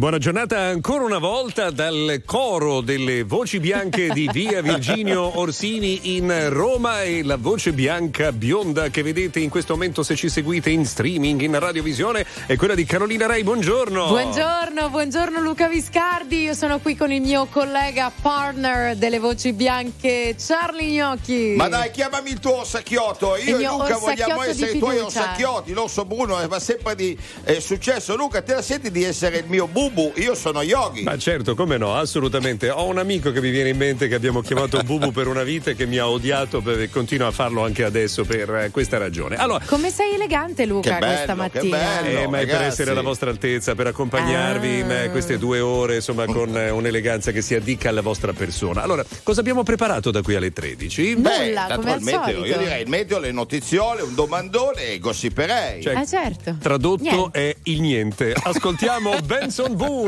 Buona giornata ancora una volta dal coro delle voci bianche di via Virginio Orsini in Roma, e la voce bianca bionda che vedete in questo momento, se ci seguite in streaming, in radiovisione, è quella di Carolina Rai. Buongiorno. Buongiorno Luca Viscardi. Io sono qui con il mio collega partner delle voci bianche, Charlie Gnocchi. Ma dai, chiamami il tuo orsacchiotto. Io e Luca vogliamo essere i tuoi orsacchiotti. L'orso Bruno va sempre di successo. Luca, te la senti di essere il mio Bubu? Io sono Yogi. Ma certo, come no, assolutamente. Ho un amico che mi viene in mente che abbiamo chiamato Bubu per una vita e che mi ha odiato e continua a farlo anche adesso per questa ragione. Allora, come sei elegante, Luca, questa mattina. Ma è per essere alla vostra altezza, per accompagnarvi in queste 2 ore, insomma, con un'eleganza che si addica alla vostra persona. Allora, cosa abbiamo preparato da qui alle 13? Nulla, come al solito. Io direi il meteo, le notiziole, un domandone e gossiperei. Cioè, certo. Tradotto Niente. è il niente. Ascoltiamo Benson Boone.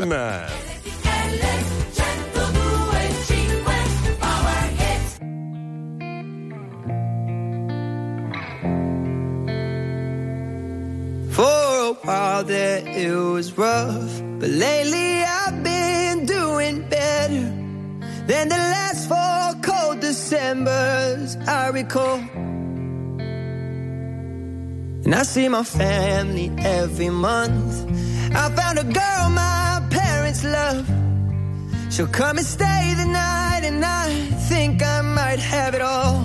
For a while there it was rough, but lately I've been doing better than the last 4 cold Decembers I recall. And I see my family every month. I found a girl my parents love. She'll come and stay the night, and I think I might have it all.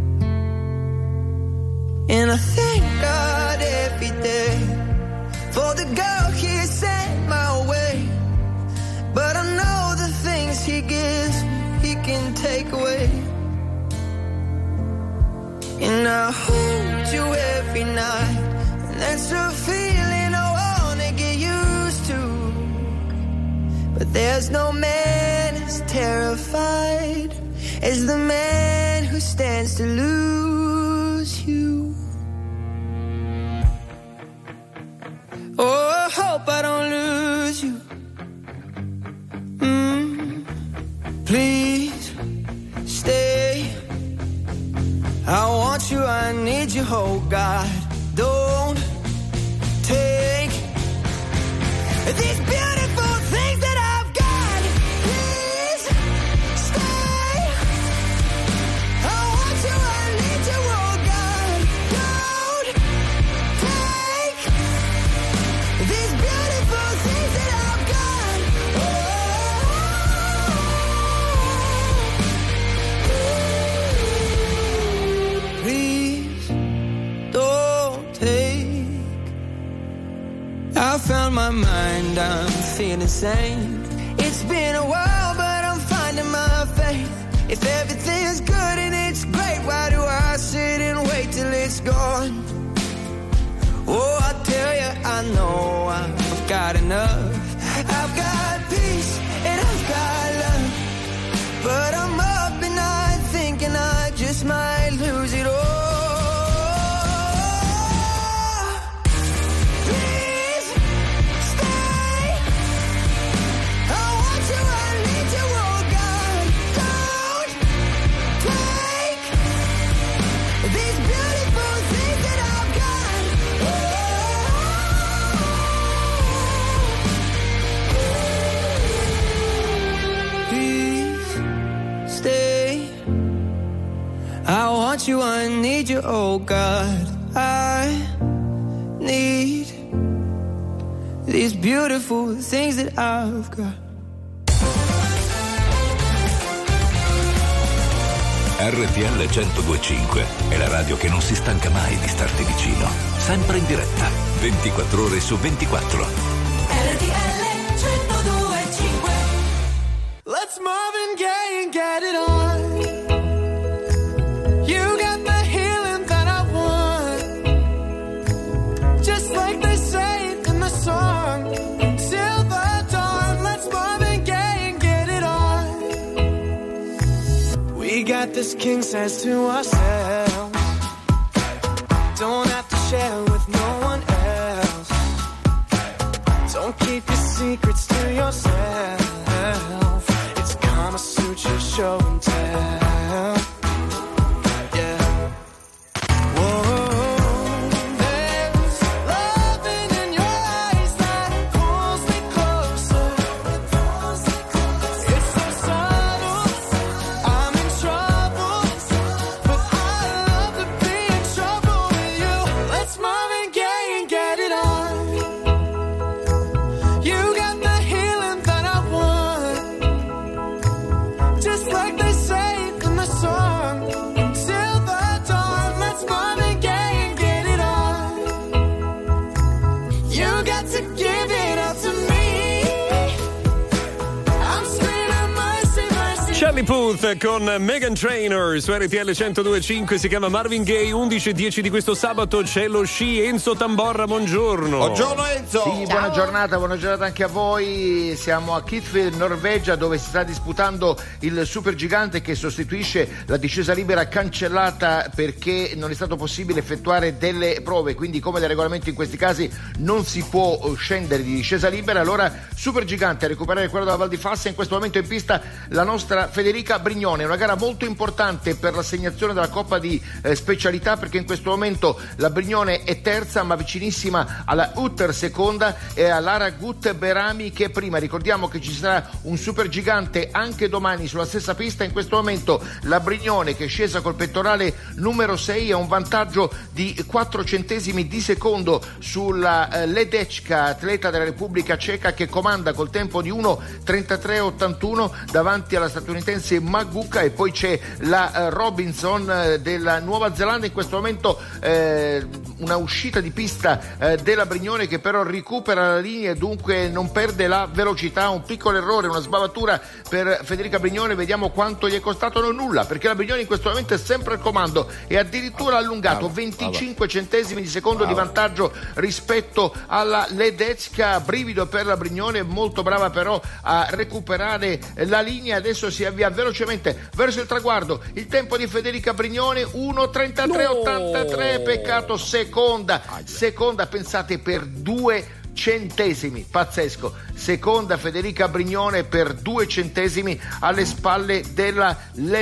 And I thank God every day for the girl He sent my way. But I know the things He gives me, He can take away. And I hold you every night, and that's a feeling I wanna get used to. But there's no man as terrified as the man who stands to lose you. Oh, I hope I don't lose you. Please stay. I want you, I need you, oh God. Don't take these beautiful things that I've got. Please stay. I want you, I need you, oh God. Don't take these beautiful things that I've got. Please don't take. I found my mind, I'm feeling sane. It's been a while, but I'm finding my faith. If everything's good and it's great, why do I sit and wait till it's gone? Oh, I tell you, I know I've got enough. I've got peace and I've got love, but I'm up at night thinking I just might lose it all. Please stay. I want you, I need you, oh God. Don't take these beautiful things that I've got. Please stay. I want you, I need you, oh God. I need these beautiful things that I've got. RTL 102.5 è la radio che non si stanca mai di starti vicino. Sempre in diretta, 24 ore su 24. RTL 102.5. Let's Marvin Gaye and get it on. You got the healing that I want, just like they say in the song. Till the dawn, let's Marvin Gaye and get it on. We got this king size to ourselves. Don't have to share with no one else. Don't keep your secrets to yourself. It's Kama Sutra show and tell. Yeah. Whoa. There's loving in your eyes that pulls me closer. Charlie Puth con Meghan Trainor su RTL 102.5, si chiama Marvin Gaye. 11:10 di questo sabato c'è lo sci. Enzo Tamborra, buongiorno. Buongiorno Enzo. Sì, buona giornata anche a voi. Siamo a Kvitfjell, Norvegia, dove si sta disputando il supergigante che sostituisce la discesa libera cancellata perché non è stato possibile effettuare delle prove, quindi come da regolamento in questi casi non si può scendere di discesa libera. Allora supergigante a recuperare quello della Val di Fassa. In questo momento in pista la nostra Federica Brignone, una gara molto importante per l'assegnazione della Coppa di specialità, perché in questo momento la Brignone è terza ma vicinissima alla Utter seconda e alla Gut Berami che è prima. Ricordiamo che ci sarà un supergigante anche domani sulla stessa pista. In questo momento la Brignone, che è scesa col pettorale numero 6, ha un vantaggio di 4 centesimi di secondo sulla Ledecka, atleta della Repubblica Ceca, che comanda col tempo di 1:33.81 davanti alla statunitense Maguka, e poi c'è la Robinson della Nuova Zelanda. In questo momento una uscita di pista della Brignone, che però recupera la linea e dunque non perde la velocità. Un piccolo errore, una sbavatura per Federica Brignone. Vediamo quanto gli è costato. Non nulla, perché la Brignone in questo momento è sempre al comando e addirittura ha allungato 25 centesimi di secondo di vantaggio rispetto alla Ledecka. Brivido per la Brignone, molto brava però a recuperare la linea. Adesso si avvia velocemente verso il traguardo. Il tempo di Federica Brignone 1:33.83. Peccato, seconda, pensate, per 2 centesimi, pazzesco. Seconda Federica Brignone per 2 centesimi alle spalle della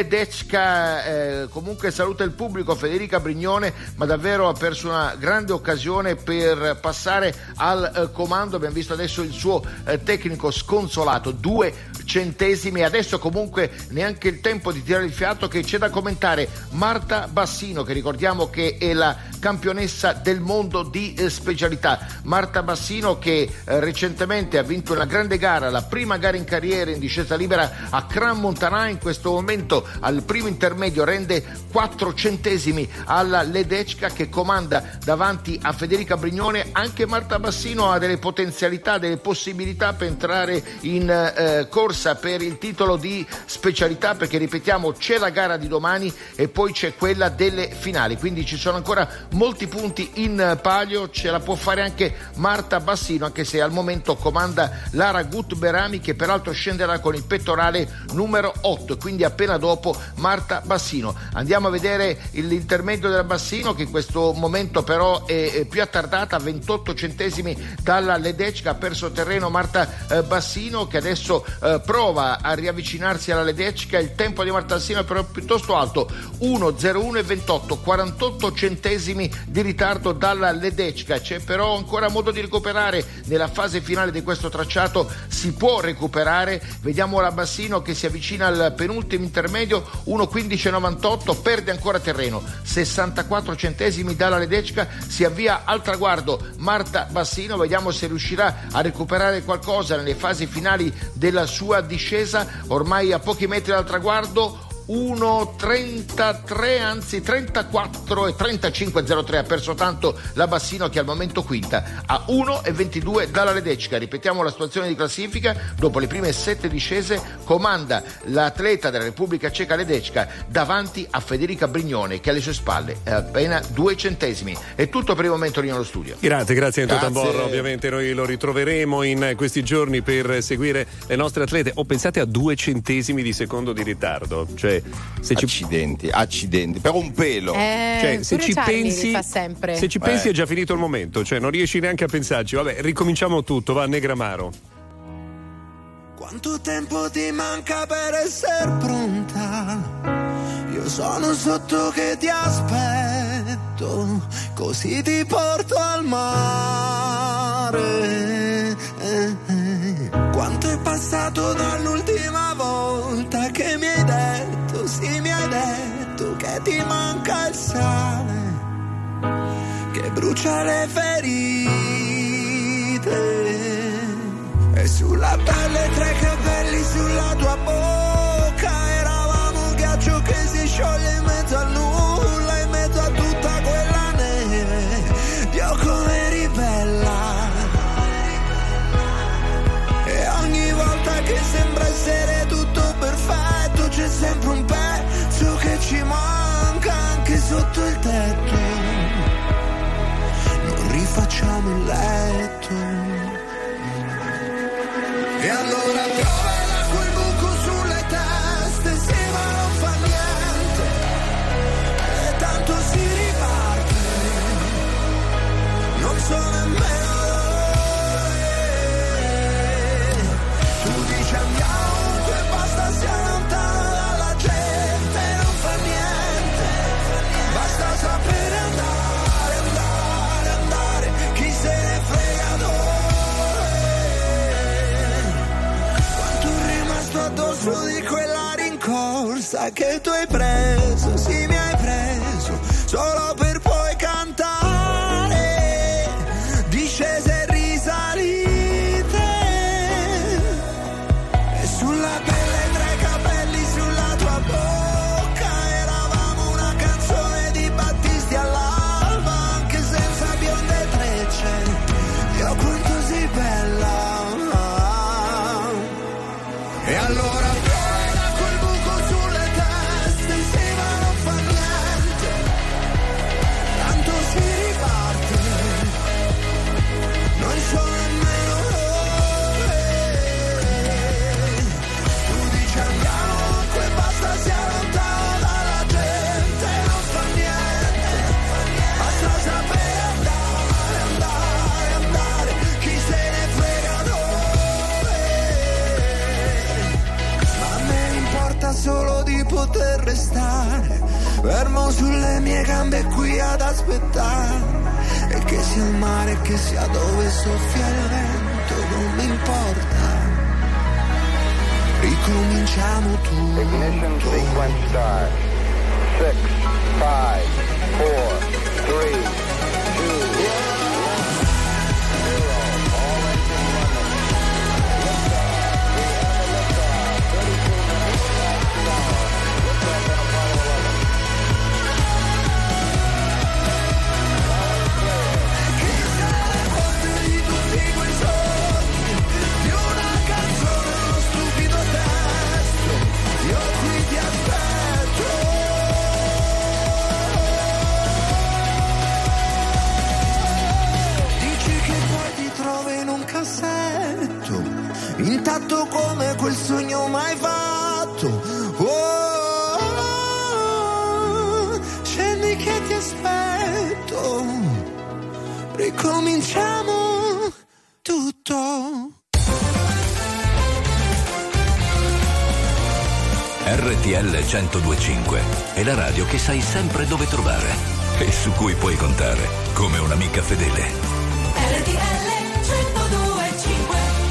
Ledecka. Comunque saluta il pubblico Federica Brignone, ma davvero ha perso una grande occasione per passare al comando. Abbiamo visto adesso il suo tecnico sconsolato, 2 centesimi. Adesso comunque neanche il tempo di tirare il fiato, che c'è da commentare Marta Bassino, che ricordiamo che è la campionessa del mondo di specialità. Marta Bassino che recentemente ha vinto una grande gara, la prima gara in carriera in discesa libera a Crans-Montana. In questo momento al primo intermedio rende 4 centesimi alla Ledecka, che comanda davanti a Federica Brignone. Anche Marta Bassino ha delle potenzialità, delle possibilità per entrare in corsa per il titolo di specialità, perché ripetiamo c'è la gara di domani e poi c'è quella delle finali, quindi ci sono ancora molti punti in palio. Ce la può fare anche Marta Bassino, anche se al momento comanda Lara Gut Berami, che peraltro scenderà con il pettorale numero 8, quindi appena dopo Marta Bassino. Andiamo a vedere l'intermedio della Bassino, che in questo momento però è più attardata, 28 centesimi dalla Ledecka. Ha perso terreno Marta Bassino, che adesso prova a riavvicinarsi alla Ledecka. Il tempo di Marta Bassino è però piuttosto alto, 1:01.28, 48 centesimi di ritardo dalla Ledecka. C'è però ancora modo di recuperare nella fase finale di questo tracciato, si può recuperare. Vediamo la Bassino che si avvicina al penultimo intermedio, 1:15.98, perde ancora terreno, 64 centesimi dalla Ledecka. Si avvia al traguardo Marta Bassino, vediamo se riuscirà a recuperare qualcosa nelle fasi finali della sua discesa. Ormai a pochi metri dal traguardo, 1:33, anzi 34.35.03. Ha perso tanto la Bassino, che al momento quinta a 1:22 dalla Ledecka. Ripetiamo la situazione di classifica: dopo le prime 7 discese comanda l'atleta della Repubblica Ceca Ledecka davanti a Federica Brignone, che alle sue spalle è appena 2 centesimi. È tutto per il momento lì nello studio. Grazie Enzo Tamborra. Ovviamente noi lo ritroveremo in questi giorni per seguire le nostre atlete. Pensate a 2 centesimi di secondo di ritardo, cioè accidenti per un pelo. Cioè, se ci pensi, fa sempre. Se ci pensi è già finito il momento, cioè non riesci neanche a pensarci. Vabbè, ricominciamo tutto, va Negramaro. Quanto tempo ti manca per essere pronta? Io sono sotto che ti aspetto, così ti porto al mare. Quanto è passato dall'ultima volta che mi hai detto, sì mi hai detto che ti manca il sale, che brucia le ferite, e sulla pelle 3 capelli sulla tua bocca. Eravamo un ghiaccio che si scioglie in mezzo al nulla, in mezzo a tutta quella neve. Dio come eri bella, e ogni volta che sembra essere tutto perfetto c'è che tu hai preso, sì mi hai preso, solo per poi cantare discese e risalite, e sulla pelle tra i capelli, sulla tua bocca, eravamo una canzone di Battisti all'alba, anche senza bionde trecce, io quanto sei bella. E allora fuori da quel buco sulle teste, sì ma non fa niente, tanto si riparte, non so nemmeno dove. Tu dici andiamo ovunque, basta sia lontano dalla gente, non fa niente, basta sapere andare, andare, andare, chi se ne frega dove. Ma a me importa solo di poter restare fermo sulle mie gambe qui ad aspettare, e che sia il mare, che sia dove soffia il vento, non mi importa, ricominciamo tutto. Ignition sequence start. 6, 5, 4, 3, 2, 1. Intatto come quel sogno mai fatto. Oh, scendi che ti aspetto, ricominciamo tutto. RTL 102.5 è la radio che sai sempre dove trovare e su cui puoi contare come un'amica fedele. RTL 102.5.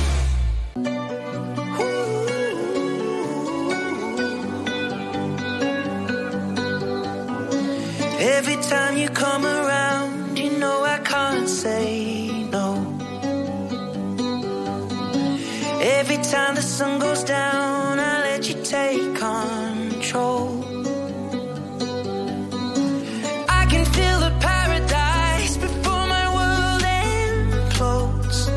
Every time you come around, you know I can't say no. Every time the sun goes down, I let you take control. I can feel the paradise before my world implodes.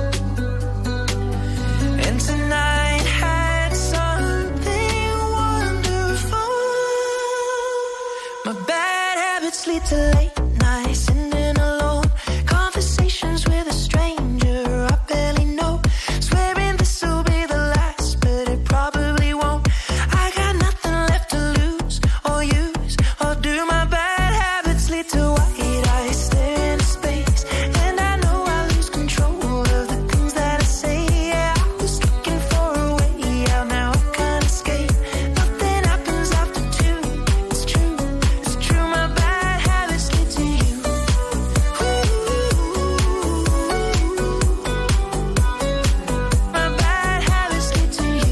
And tonight had something wonderful. My bad habits lead to late nights, sitting alone, conversations with a stranger I barely know, swearing this will be the last, but it probably won't. I got nothing left to lose or use or do. My bad habits lead to white eyes staring into space, and I know I lose control of the things that I say. Yeah, I was looking for a way out, now I can't escape. Nothing happens after 2. It's true, it's true. My bad habits lead to you. My bad habits lead to you.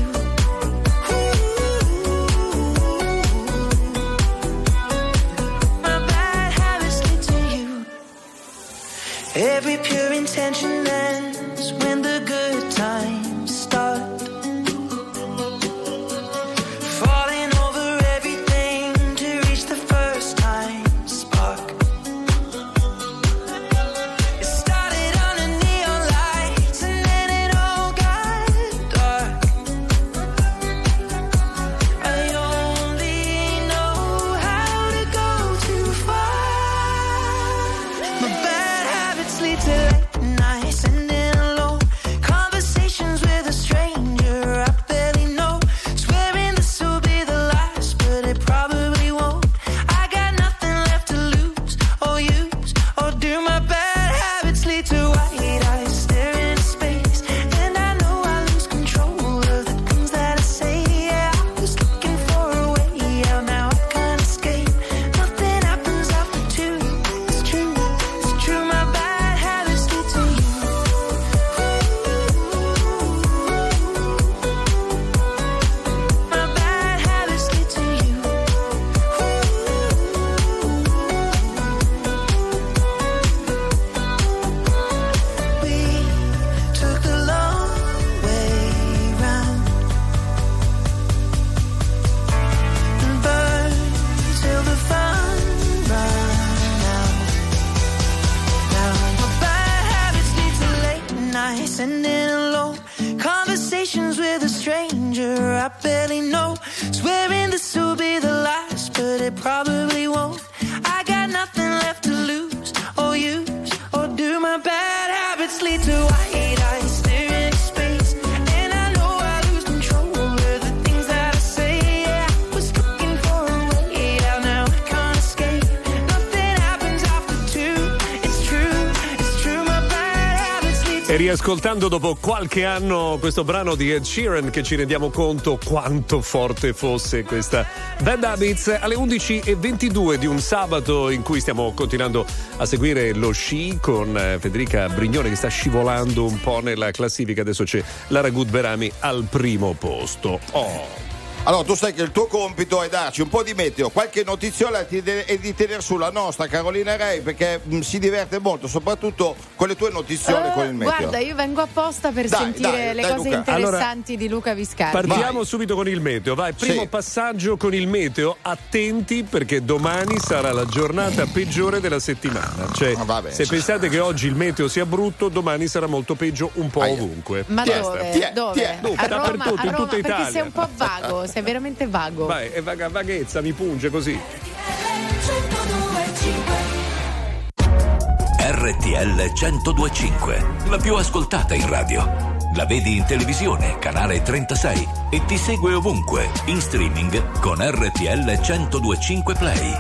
My bad habits lead to you. Every pure intention ends when the good times start. Falling over everything to reach the first time spark. It started under neon lights and then it all got dark. I only know how to go too far. My bad habits lead to late E riascoltando dopo qualche anno questo brano di Ed Sheeran che ci rendiamo conto quanto forte fosse questa Bad Habits alle 11:22 di un sabato in cui stiamo continuando a seguire lo sci con Federica Brignone che sta scivolando un po' nella classifica. Adesso c'è Lara Gutberami al primo posto. Allora, tu sai che il tuo compito è darci un po' di meteo, qualche notiziola e di tenere sulla nostra Carolina Rei, perché si diverte molto, soprattutto con le tue notiziole con il meteo. Guarda, io vengo apposta per sentire le cose Luca. Interessanti di Luca Viscardi. Partiamo subito con il meteo. Vai, primo passaggio con il meteo. Attenti perché domani sarà la giornata peggiore della settimana. Cioè, se pensate che oggi il meteo sia brutto, domani sarà molto peggio un po' ovunque. Ma dove? Dove? A Roma, dappertutto, in tutta Italia. Perché sei un po' vago, sei veramente vago. Vai, è vaghezza, mi punge così. RTL 102.5, la più ascoltata in radio. La vedi in televisione, canale 36 e ti segue ovunque, in streaming con RTL 102.5 Play.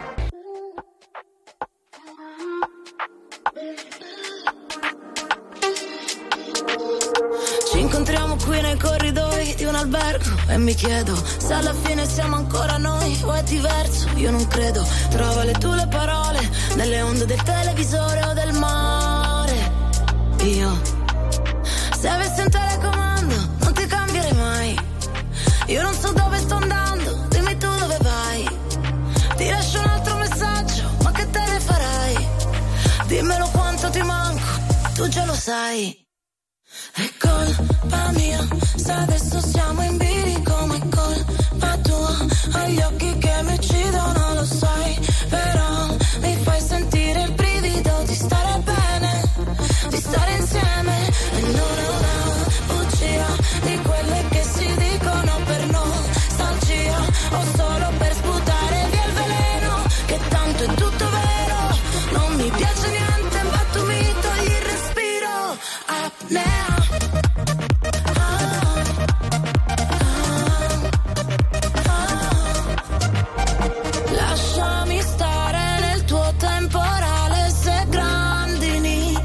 Ci incontriamo qui nei corridoi di un albergo e mi chiedo se alla fine siamo ancora noi o è diverso. Io non credo, trova le tue parole nelle onde del televisore o del mare. Io, se avessi un telecomando, non ti cambierei mai. Io non so dove sto andando, dimmi tu dove vai. Ti lascio un altro messaggio, ma che te ne farai? Dimmelo quanto ti manco, tu già lo sai. È colpa mia, se adesso siamo in bilico, ma è colpa tua. Hai gli occhi che mi uccidono, lo sai, però mi fai sentire il brivido di stare bene, di stare insieme. E non è una bugia di quelle che si dicono per nostalgia, o solo per sputare via il veleno, che tanto è tutto vero. Non mi piace niente, ma tu mi togli il respiro. Apnea. Lasciami stare nel tuo temporale se grandini.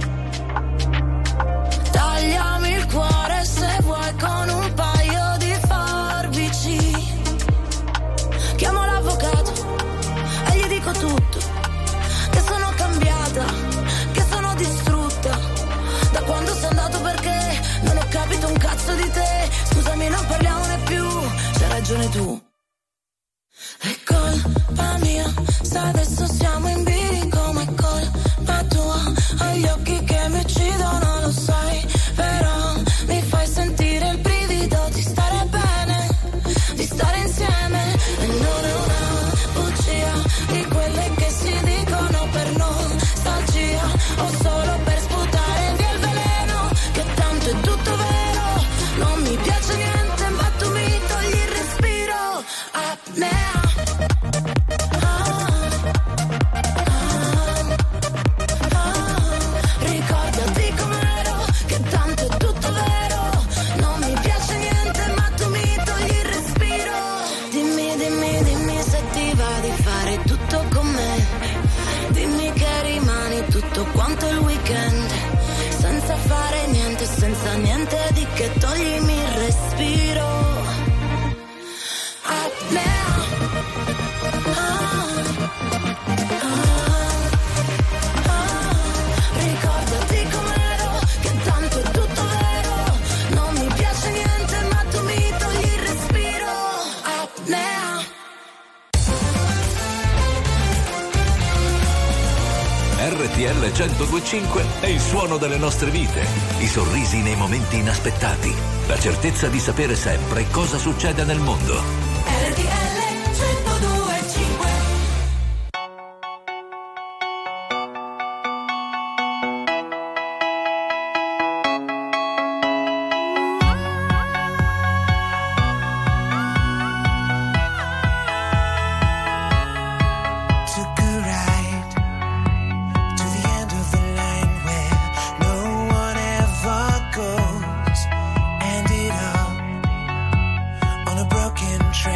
Tagliami il cuore se vuoi con un paio di forbici. Chiamo l'avvocato e gli dico tutto, che sono cambiata, che sono distrutta da quando sei andato, perché non ho capito un cazzo di te. Scusami, non parliamone più, c'hai ragione tu. È colpa mia, se adesso siamo in bilico, ma è colpa tua. Hai gli occhi che mi uccidono, lo sai, però mi fai sentire il brivido di stare bene, di stare insieme. E non è una bugia di quelle che si dicono per nostalgia, o solo per sputare via il veleno, che tanto è tutto vero. Non mi piace niente, ma tu mi togli il respiro. Apnea. Ricordati com'ero, che tanto è tutto vero. Non mi piace niente, ma tu mi togli il respiro. Dimmi, dimmi, dimmi se ti va di fare tutto con me. Dimmi che rimani tutto quanto il weekend, senza fare niente, senza niente di che, toglimi il respiro. Apnea. Ricordati com'ero, che tanto è tutto vero. Non mi piace niente, ma tu mi togli il respiro. Apnea. RTL 102.5 è il suono delle nostre vite, i sorrisi nei momenti inaspettati, la certezza di sapere sempre cosa succede nel mondo. RTL 102.5. Took a ride to the end of the line where no one ever goes. Ended up on a broken train.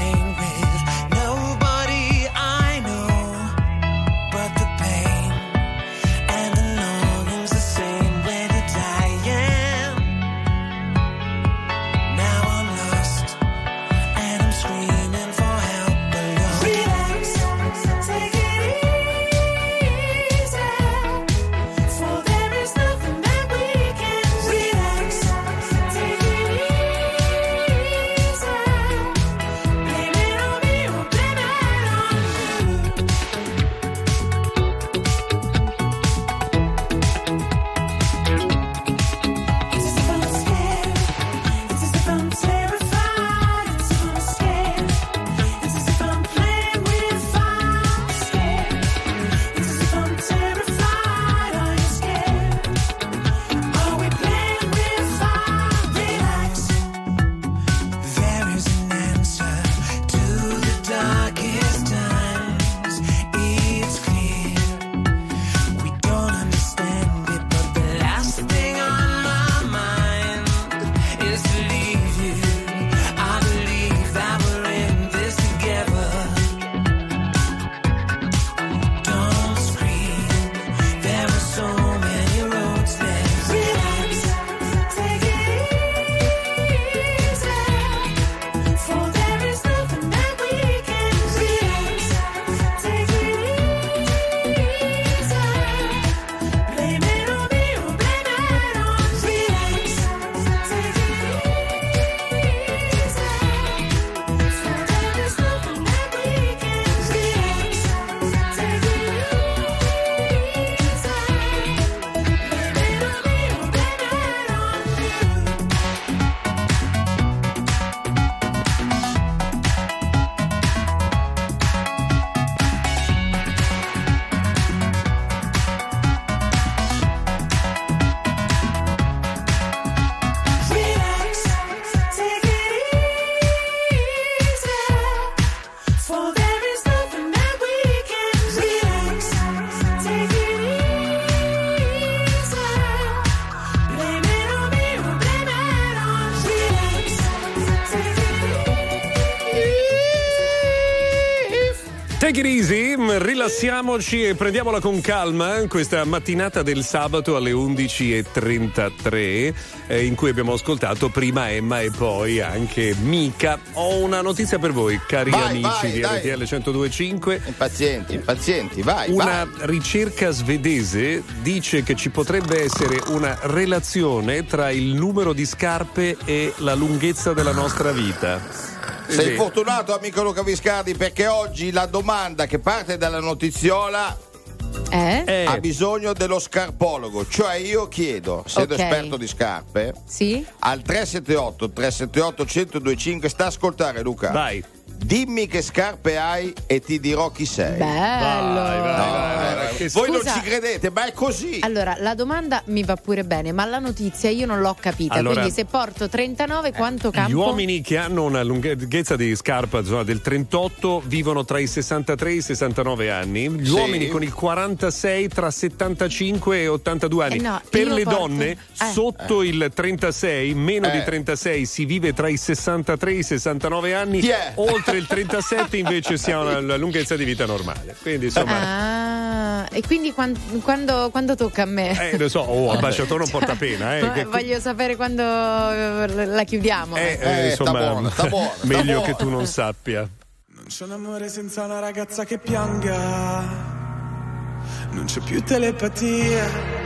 Take it easy, rilassiamoci e prendiamola con calma questa mattinata del sabato alle 11.33 in cui abbiamo ascoltato prima Emma e poi anche Mika. Ho una notizia per voi, cari amici di RTL 102.5. Impazienti, vai. Una ricerca svedese dice che ci potrebbe essere una relazione tra il numero di scarpe e la lunghezza della nostra vita. Sei fortunato, amico Luca Viscardi, perché oggi la domanda che parte dalla notiziola ha bisogno dello scarpologo. Cioè io chiedo, essendo esperto di scarpe, al 378-378-1025, sta a ascoltare, Luca. Vai. Dimmi che scarpe hai e ti dirò chi sei. Bello. Vai. Voi non ci credete, ma è così. Allora, la domanda mi va pure bene, ma la notizia io non l'ho capita. Allora, quindi se porto 39, quanto campo? Gli uomini che hanno una lunghezza di scarpa del 38 vivono tra i 63 e i 69 anni. Gli uomini con il 46 tra 75 e 82 anni. Per le donne sotto il 36, meno di 36, si vive tra i 63 e i 69 anni. Oltre il 37 invece si ha una lunghezza di vita normale. Quindi insomma. E quindi quando tocca a me? Lo so, ambasciatore non porta pena. Voglio sapere quando la chiudiamo. Insomma, sta buono. Meglio che tu non sappia. Non c'è un amore senza una ragazza che pianga. Non c'è più telepatia.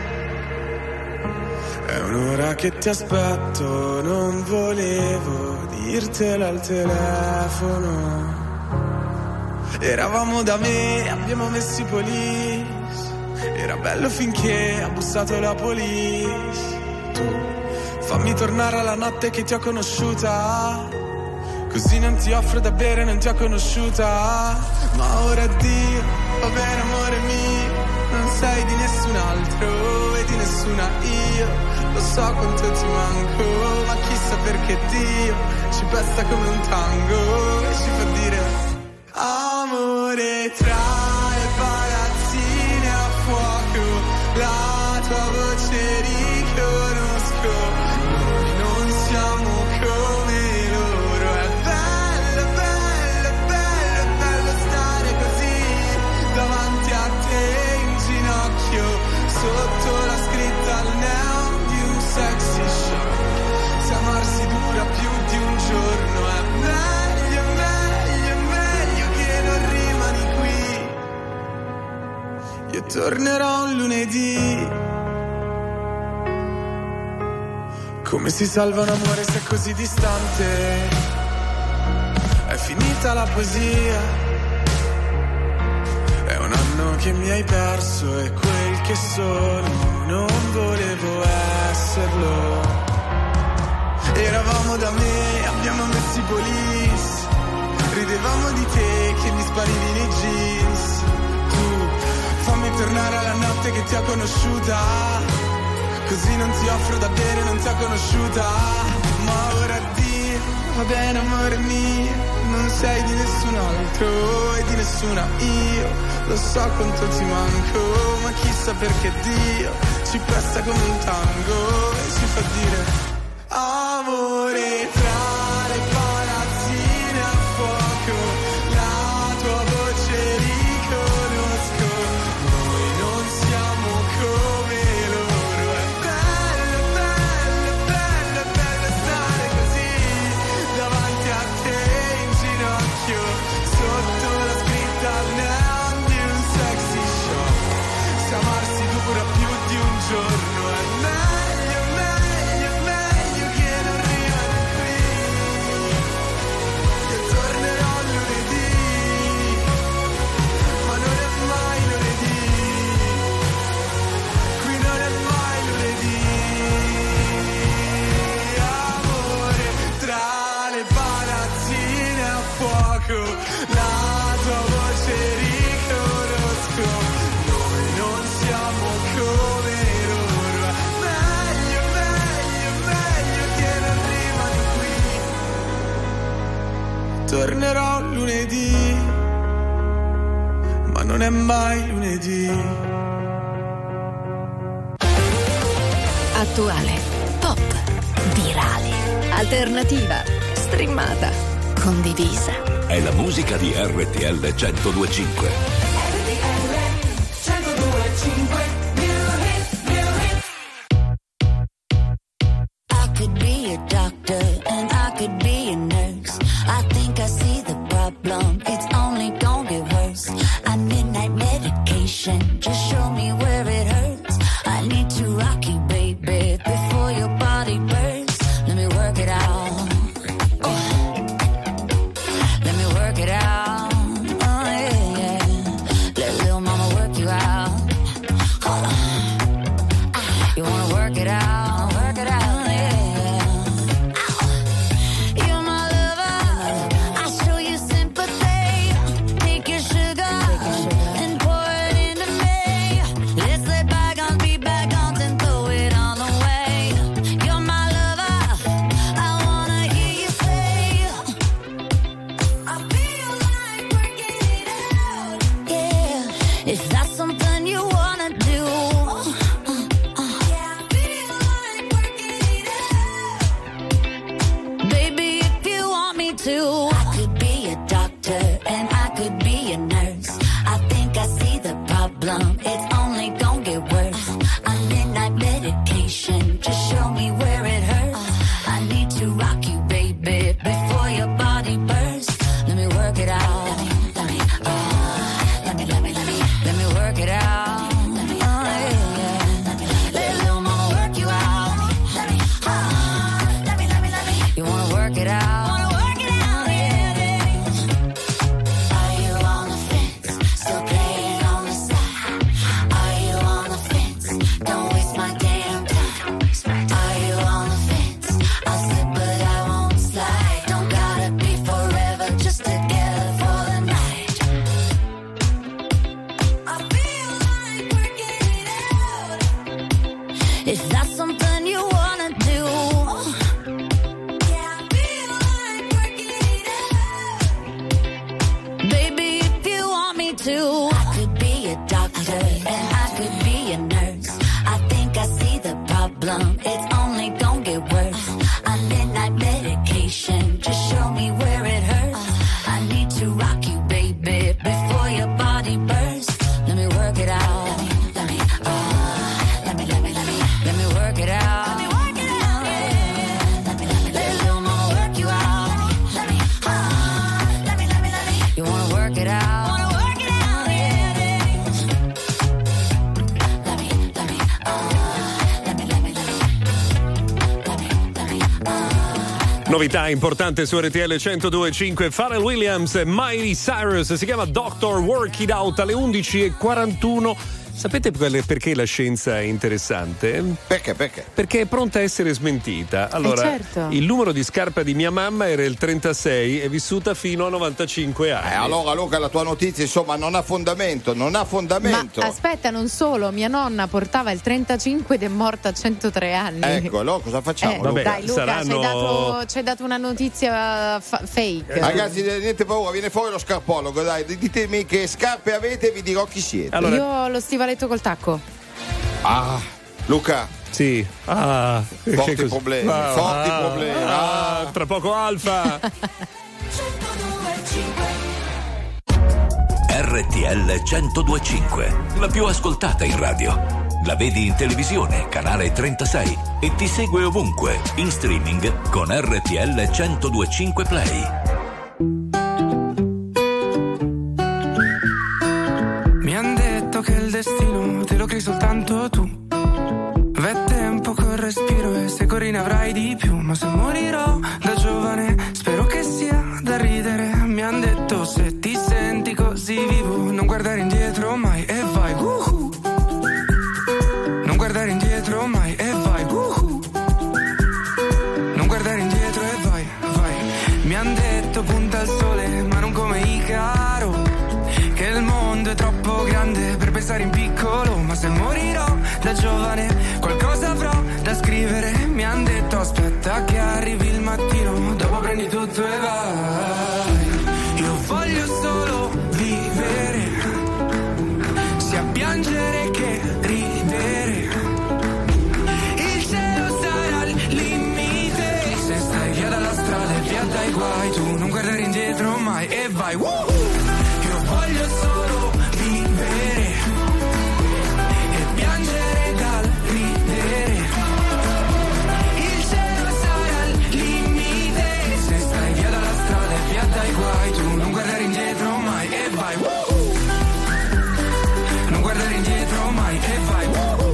È un'ora che ti aspetto, non volevo dirtelo al telefono. Eravamo da me, abbiamo messo i police. Era bello finché ha bussato la police. Tu fammi tornare alla notte che ti ho conosciuta, così non ti offro da bere, non ti ho conosciuta. Ma ora addio, va bene amore mio, non sei di nessun altro e di nessuna io. Lo so quanto ti manco, ma chissà perché Dio ci pesta come un tango e ci fa dire amore tra le palazzine a fuoco. La tua voce riconosco, noi non siamo come loro. È bello, bello, bello, bello stare così davanti a te in ginocchio, sotto la scritta al neon di un sexy show. Se amarsi dura più di un giorno è meglio, meglio, meglio che non rimani qui. Io tornerò un lunedì. Come si salva un amore se è così distante? È finita la poesia. È un anno che mi hai perso e quel che sono non volevo esserlo. Eravamo da me, abbiamo messo i police. Ridevamo di te che mi sparivi nei jeans. Tu fammi tornare alla notte che ti ho conosciuta, così non ti offro da bere, non ti ho conosciuta. Ma ora addio, va bene amore mio, non sei di nessun altro e di nessuna io. Lo so quanto ti manco, ma chissà perché Dio ci presta come un tango e ci fa dire amore tra le palazzine a fuoco. La tua voce riconosco, noi non siamo come loro. È bello, bello, bello, bello stare così davanti a te in ginocchio, sotto la scritta al neon di un sexy show. Se amarsi dura più di un giorno è meglio, meglio, meglio che non rimani qui. Io tornerò lunedì, ma non è mai lunedì. Qui non è mai lunedì. Amore tra le palazzine a fuoco, la tua voce riconosco, noi non siamo come loro. Meglio, meglio, meglio che non rimani qui. Tornerò lunedì, ma non è mai lunedì. Attuale, pop, virale, alternativa, streamata, condivisa. è la musica di RTL 102.5. RTL 102.5. I could be a doctor and I could be a nurse. I think I see the problem, it's only gonna get worse. I midnight medication, just show me where it hurts. I need to rock you, baby, before your body bursts. Let me work it out. Let me work it out. Oh yeah, yeah. Let little mama work you out. Hold on. You wanna work it out? Work it out. It's only gonna get worse. I'm midnight medication, just show me where it hurts. I need to rock you, baby, before your body bursts. Let me work it out. Let me work it out. Oh, yeah. Let little mama work you out. You wanna work it out? It's only gonna get worse. I'm midnight medication, just show me where it hurts. I need to rock you, baby, before your body bursts. Let me work it out. Let me work it out. Let little mama work you out. You wanna work it out? Novità importante su RTL 102.5, Pharrell Williams e Miley Cyrus, si chiama Doctor Work It Out alle 11:41. Sapete perché la scienza è interessante? Perché? Perché è pronta a essere smentita. Allora, certo. Il numero di scarpa di mia mamma era il 36, è vissuta fino a 95 anni. Allora Luca, la tua notizia insomma non ha fondamento. Ma aspetta, non solo, mia nonna portava il 35 ed è morta a 103 anni. Ecco, allora cosa facciamo? Vabbè, dai Luca, saranno... ci hai dato una notizia fake. Ragazzi, niente paura, viene fuori lo scarpologo, dai, ditemi che scarpe avete e vi dirò chi siete. Allora... Io ho lo stivaletto col tacco. Luca. Sì. Forti problemi. Tra poco Alfa. RTL 102.5, la più ascoltata in radio. La vedi in televisione, canale 36, e ti segue ovunque, in streaming con RTL 102.5 Play. Mi han detto che il destino te lo crei soltanto tu. V'è tempo col respiro e se corri ne avrai di più. Ma se morirò da giovane spero che sia da ridere. Mi han detto se ti senti così vivo non guardare indietro mai e vai Non guardare indietro mai e vai Non guardare indietro e vai Mi han detto punta al sole ma non come Icaro, che il mondo è troppo grande per pensare in piccolo. Ma se morirò da giovane qualcosa avrò da scrivere. Mi han detto aspetta che arrivi il mattino, dopo prendi tutto e vai. Io voglio solo vivere, sia piangere che ridere. Il cielo sarà al limite, se stai via dalla strada e via dai guai. Tu non guardare indietro mai e vai. Io voglio solo vivere e piangere dal ridere. Il cielo sarà al limite. Se stai via dalla strada e via dai guai, tu non guardare indietro mai e vai. Non guardare indietro mai e vai.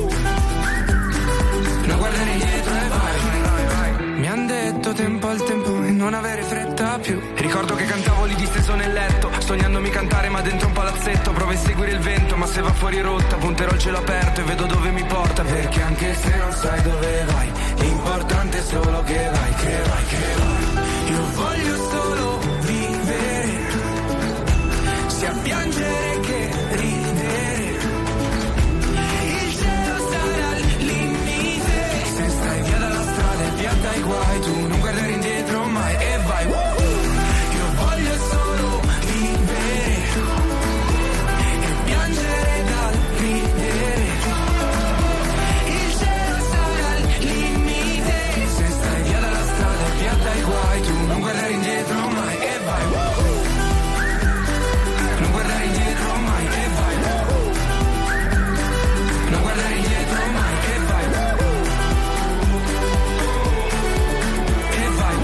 Non guardare indietro e vai. Mi han detto tempo al tempo e non avere fretta più. Ricordo che cantavo lì disteso nel letto, sognandomi cantare ma dentro un palazzetto. Provo a seguire il vento ma se va fuori rotta, punterò il cielo aperto e vedo dove mi porta. Perché anche se non sai dove vai, l'importante è solo che vai, che vai, che vai. Io voglio solo vivere, sia piangere che ridere. Il cielo sarà al limite. Se stai via dalla strada e via dai guai, tu non guardare indietro mai e vai. Io voglio solo vivere e piangere dal ridere. Il cielo sarà al limite. Se stai via dalla strada e via dai guai, tu non guardare indietro mai e vai. Non guardare indietro mai e vai. Non guardare indietro mai e vai. E vai.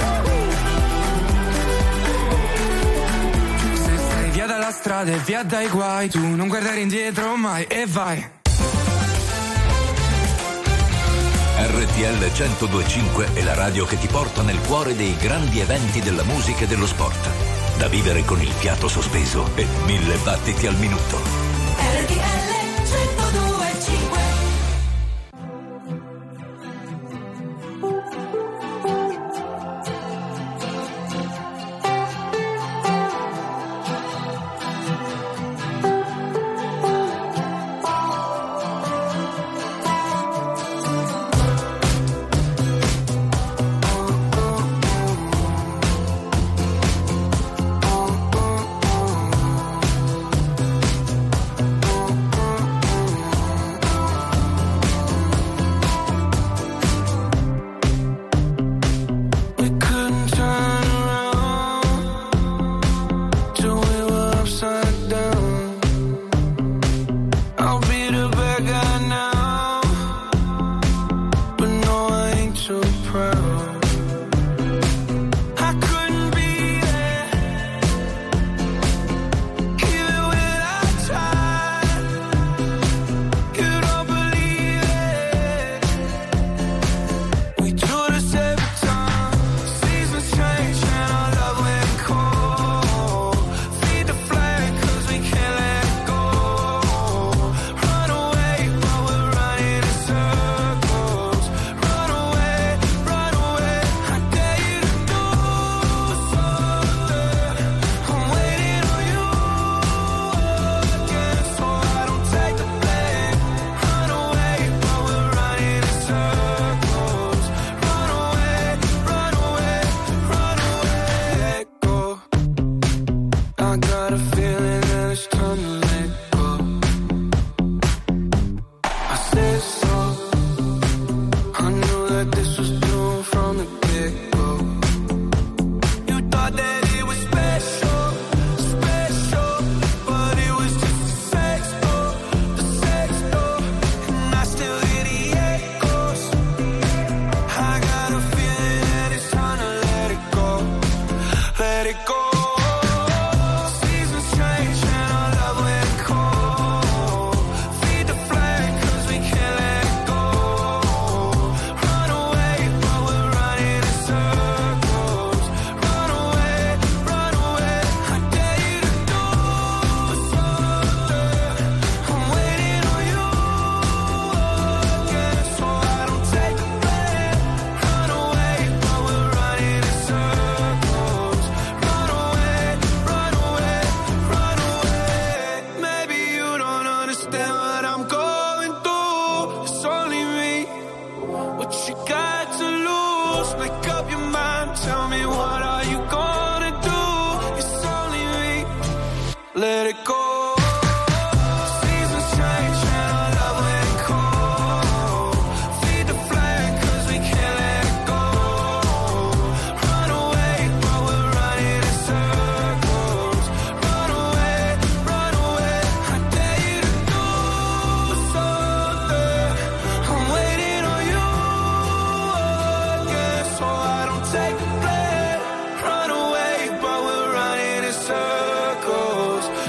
Se stai via dalla strada e via dai guai, tu non guardare indietro mai e vai. RTL 102.5 è la radio che ti porta nel cuore dei grandi eventi della musica e dello sport. Da vivere con il fiato sospeso e 1000 battiti al minuto. RTL 102.5.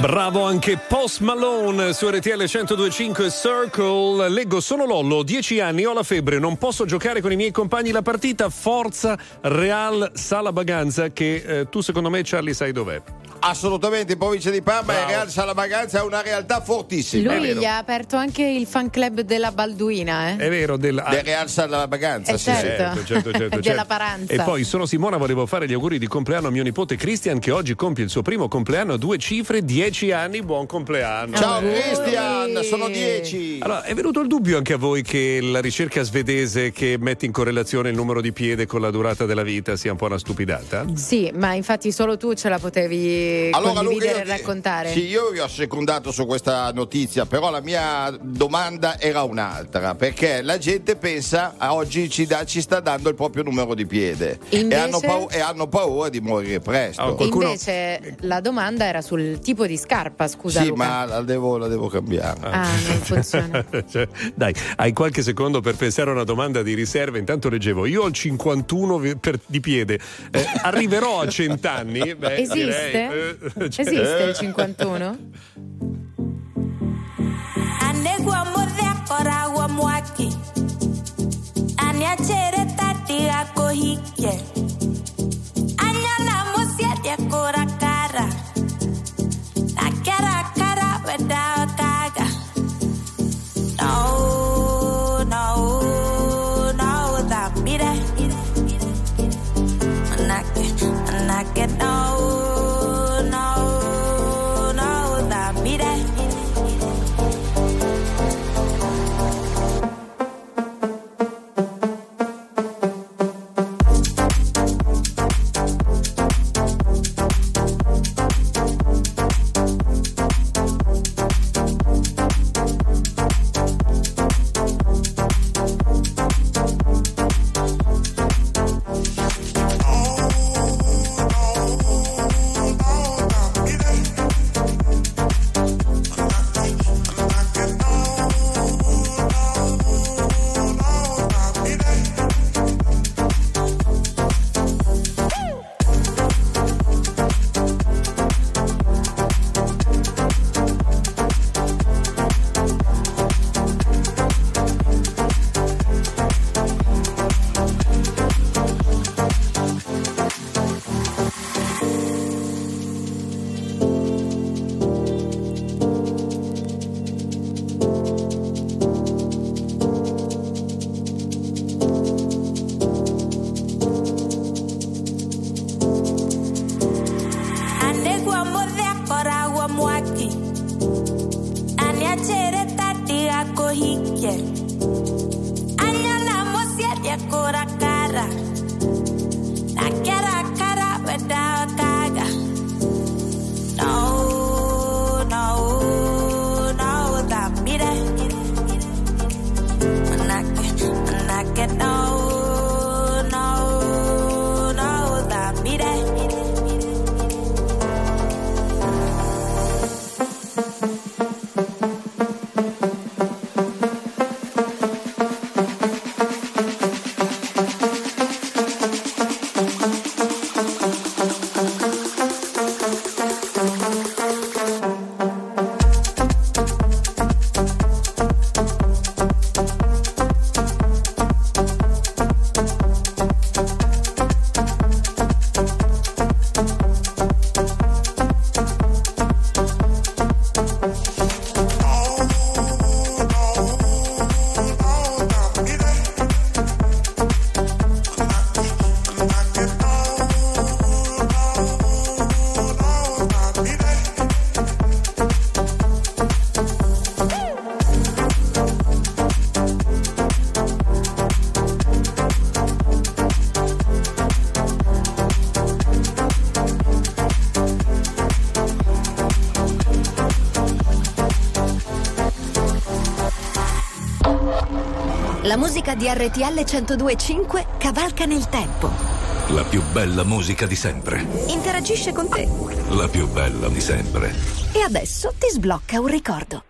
Bravo anche Post Malone su RTL 102.5 Circle. Leggo: sono Lollo, 10 anni, ho la febbre, non posso giocare con i miei compagni la partita. Forza Real Sala Baganza, che tu secondo me, Charlie, sai dov'è? Assolutamente, in provincia di Parma. Il Real Sala Baganza è una realtà fortissima. Lui gli ha aperto anche il fan club della Balduina, È vero, del Real Sala Baganza, sì, certo. Della Paranza. E poi sono Simona, volevo fare gli auguri di compleanno a mio nipote Christian, che oggi compie il suo primo compleanno a 2 cifre, 10 anni. Buon compleanno. Ciao Christian, sono 10. Allora, è venuto il dubbio anche a voi che la ricerca svedese che mette in correlazione il numero di piede con la durata della vita sia un po' una stupidata? Sì, ma infatti solo tu ce la potevi condividere e raccontare. Sì, io vi ho secondato su questa notizia, però la mia domanda era un'altra, perché la gente pensa a oggi ci sta dando il proprio numero di piede. Invece... e hanno paura di morire presto. Invece la domanda era sul tipo di scarpa, scusa. Sì, Luca. ma la devo cambiare. Non funziona. Dai, hai qualche secondo per pensare a una domanda di riserva? Intanto leggevo: io ho il 51 di piede, arriverò a 100 anni. Esiste? Esiste il 51? La musica di RTL 102.5 cavalca nel tempo. La più bella musica di sempre. Interagisce con te. La più bella di sempre. E adesso ti sblocca un ricordo.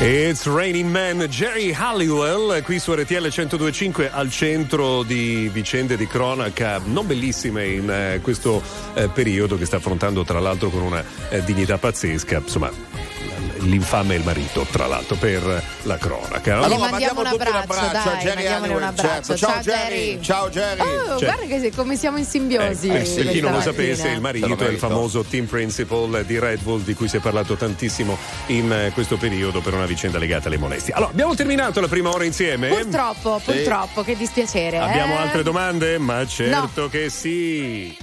It's Raining Man, Jerry Halliwell, qui su RTL 102.5, al centro di vicende di cronaca non bellissime in questo periodo, che sta affrontando tra l'altro con una dignità pazzesca, insomma. L'infame è il marito, tra l'altro, per la cronaca. No? Allora mandiamo un abbraccio, dai, Jerry Halliwell, certo. Ciao Jerry. Ciao Jerry. Oh, guarda che come siamo in simbiosi. Per chi non lo sapesse, il marito è il famoso team principal di Red Bull, di cui si è parlato tantissimo in questo periodo per una vicenda legata alle molestie. Allora, abbiamo terminato la prima ora insieme? Purtroppo, che dispiacere. Abbiamo altre domande? Ma certo che sì.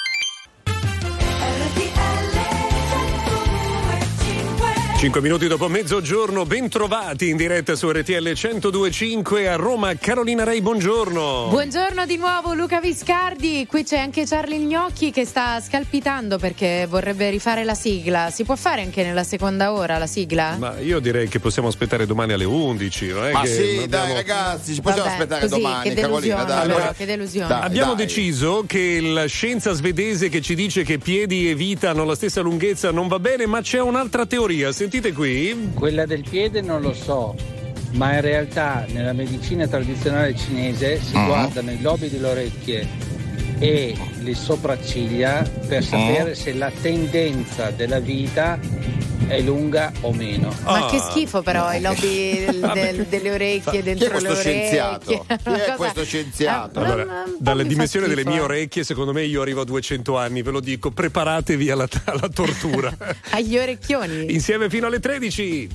5 minuti dopo mezzogiorno, ben trovati in diretta su RTL 102.5 a Roma. Carolina Rei, buongiorno. Buongiorno di nuovo Luca Viscardi, qui c'è anche Charlie Gnocchi che sta scalpitando perché vorrebbe rifare la sigla. Si può fare anche nella seconda ora la sigla? Ma io direi che possiamo aspettare domani alle 11, non è ma che sì, abbiamo... dai ragazzi, ci possiamo aspettare così, domani, che delusione, Carolina, dai. allora, che delusione. Abbiamo deciso che la scienza svedese che ci dice che piedi e vita hanno la stessa lunghezza non va bene, ma c'è un'altra teoria. Sentite qui. Quella del piede non lo so, ma in realtà nella medicina tradizionale cinese si guardano i lobi delle orecchie e le sopracciglia per sapere se la tendenza della vita è lunga o meno. Ma che schifo però i lobi delle orecchie dentro le orecchie. Chi è questo scienziato? Allora, dalle dimensioni delle mie orecchie, secondo me io arrivo a 200 anni, ve lo dico, preparatevi alla tortura. Agli orecchioni. Insieme fino alle 13.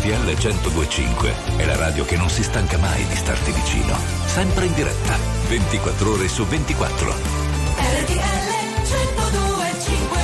RTL 102.5 è la radio che non si stanca mai di starti vicino. Sempre in diretta, 24 ore su 24. RTL 102.5.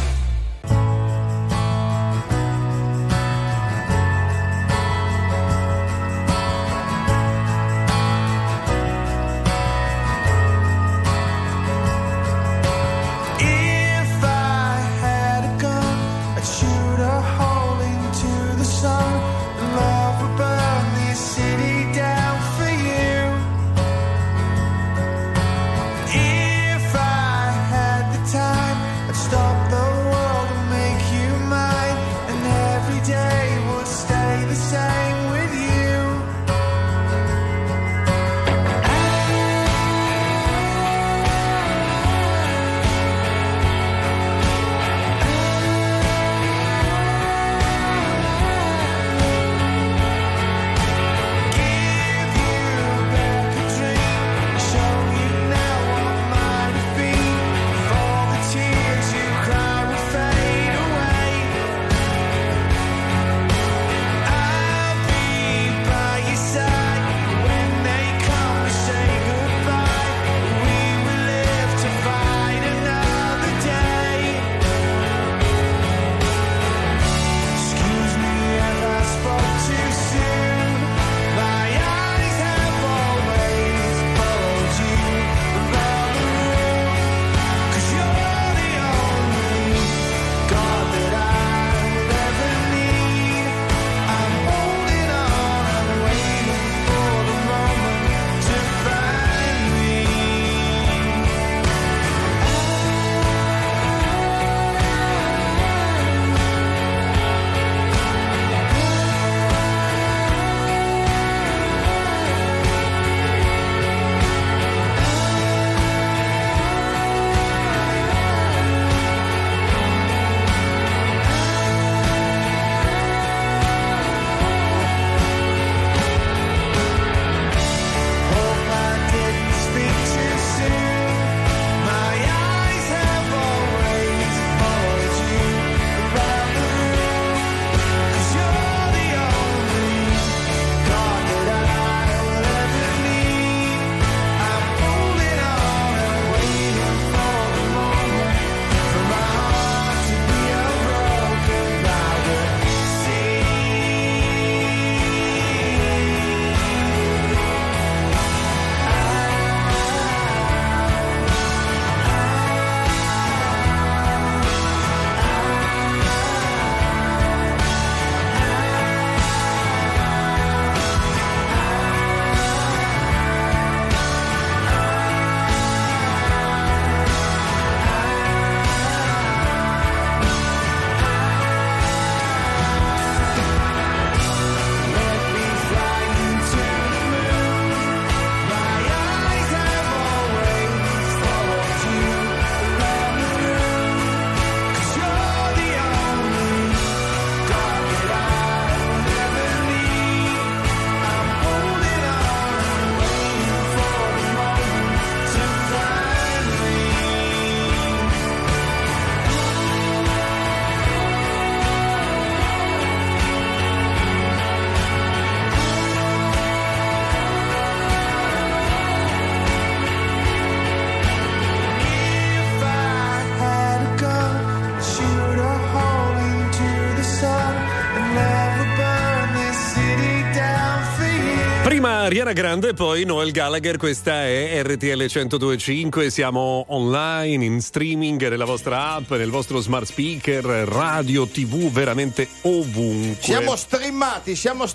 Prima Ariana Grande, poi Noel Gallagher. Questa è RTL 102.5. Siamo online, in streaming, nella vostra app, nel vostro smart speaker, radio, TV, veramente ovunque. Siamo streamati.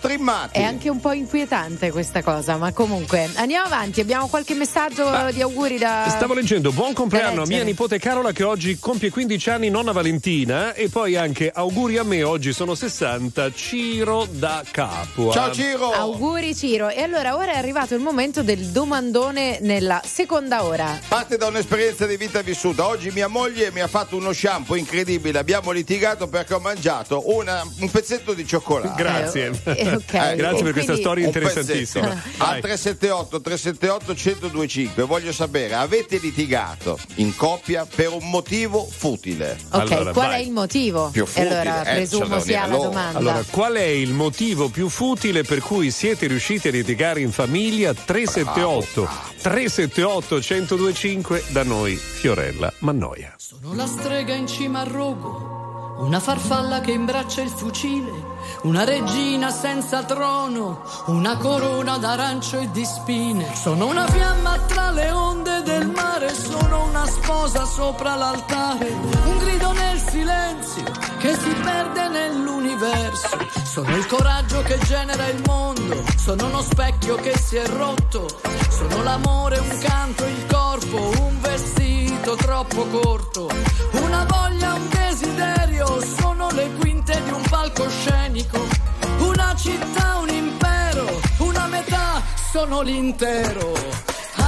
È anche un po' inquietante questa cosa, ma comunque andiamo avanti. Abbiamo qualche messaggio di auguri da... Stavo leggendo: buon compleanno a mia nipote Carola che oggi compie 15 anni, nonna Valentina, e poi anche auguri a me, oggi sono 60, Ciro da Capua. Ciao Ciro. Auguri Ciro. giro. E allora ora è arrivato il momento del domandone nella seconda ora. Parte da un'esperienza di vita vissuta. Oggi mia moglie mi ha fatto uno shampoo incredibile. Abbiamo litigato perché ho mangiato un pezzetto di cioccolato. Grazie. Grazie per questa storia interessantissima. Al 378 1025 voglio sapere, avete litigato in coppia per un motivo futile? Ok, allora, qual è il motivo? Più futile. Allora presumo sia la domanda. Allora, qual è il motivo più futile per cui siete riusciti a litigare in famiglia? 378 1025, da noi Fiorella Mannoia. Sono la strega in cima al rogo, una farfalla che imbraccia il fucile, una regina senza trono, una corona d'arancio e di spine. Sono una fiamma tra le onde del mare, sono una sposa sopra l'altare, un grido nel silenzio che si perde nell'universo. Sono il coraggio che genera il mondo, sono uno specchio che si è rotto, sono l'amore, un canto, il corpo, un vestito troppo corto, una voglia, un desiderio, sono le quinte di un palcoscenico, una città, un impero, una metà, sono l'intero.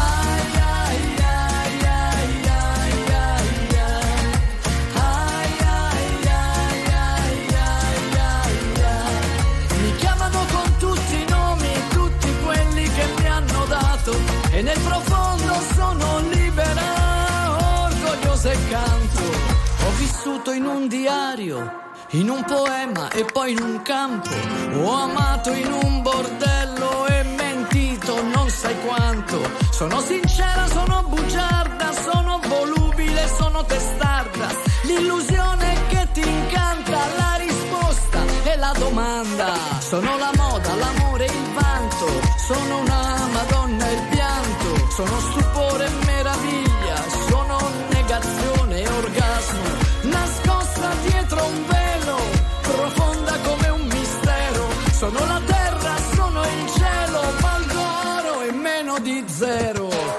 E nel profondo sono libera, orgogliosa e canto. Ho vissuto in un diario, in un poema e poi in un campo. Ho amato in un bordello e mentito non sai quanto. Sono sincera, sono bugiarda, sono volubile, sono testarda. L'illusione che ti incanta, la risposta e la domanda. Sono la moda, l'amore, il vanto, sono una madonna e il pianto, sono stupore e meraviglia, sono negazione e orgasmo, nascosta dietro un velo, profonda come un mistero. Sono la terra, sono il cielo, valgo oro e meno di zero.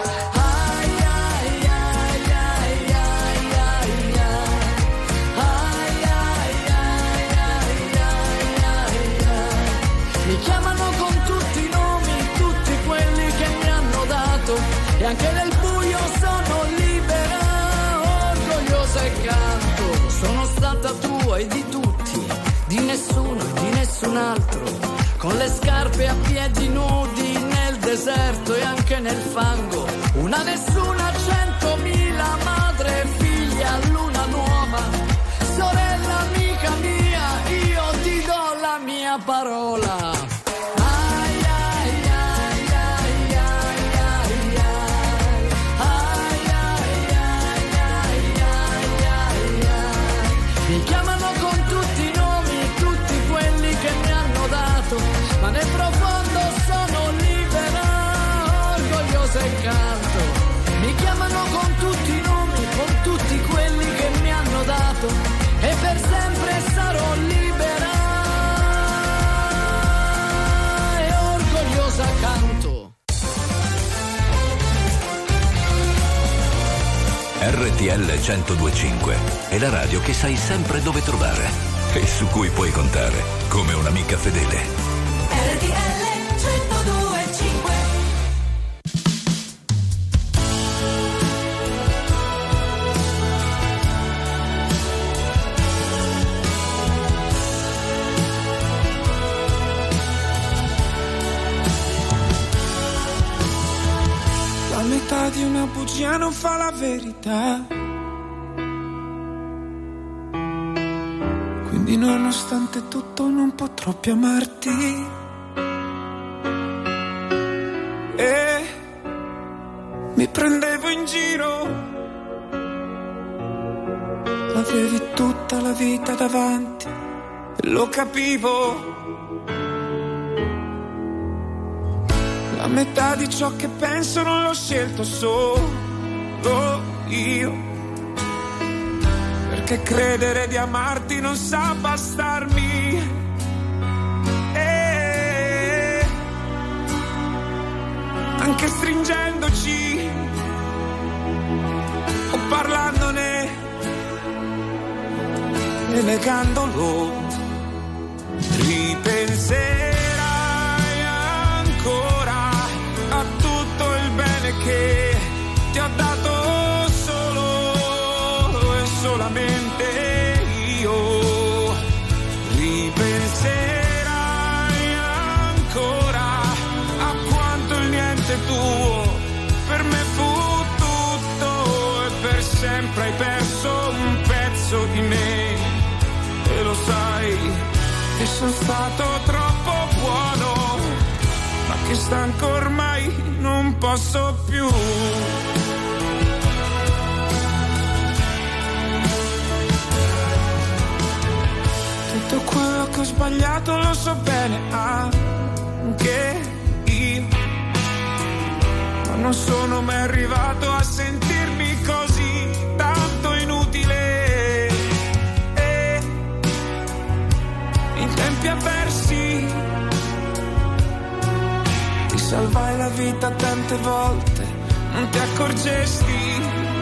Mi chiamano con tutti i nomi, tutti quelli che mi hanno dato, e anche nel buio sono libera, orgogliosa e canto. Sono stata tua e di tutti, di nessuno e di nessun altro, con le scarpe a piedi nudi nel deserto e anche nel fango. Una nessuna, 100.000, madre e figlia, luna nuova, sorella, amica mia, io ti do la mia parola. Mi chiamano con tutti i nomi, tutti quelli che mi hanno dato, ma nel profondo sono libera, orgogliosa e canto. Mi chiamano con tutti i nomi, con tutti quelli che mi hanno dato, e per sempre sarò libera e orgogliosa canto. RTL 1025 è la radio che sai sempre dove trovare e su cui puoi contare come un'amica fedele. RTL 1025. La metà di una bugia non fa la verità, quindi nonostante tutto non potrò più amarti. E mi prendevo in giro, avevi tutta la vita davanti e lo capivo. La metà di ciò che penso non l'ho scelto solo io, perché credere di amarti non sa bastarmi. E anche stringendoci o parlandone e negandolo, ripenserai ancora niente tuo, per me fu tutto e per sempre hai perso un pezzo di me. E lo sai che sono stato troppo buono, ma che stanco ormai non posso più. Tutto quello che ho sbagliato lo so bene anche io, ma non sono mai arrivato a sentirmi così tanto inutile. In tempi avversi ti salvai la vita tante volte, non ti accorgesti.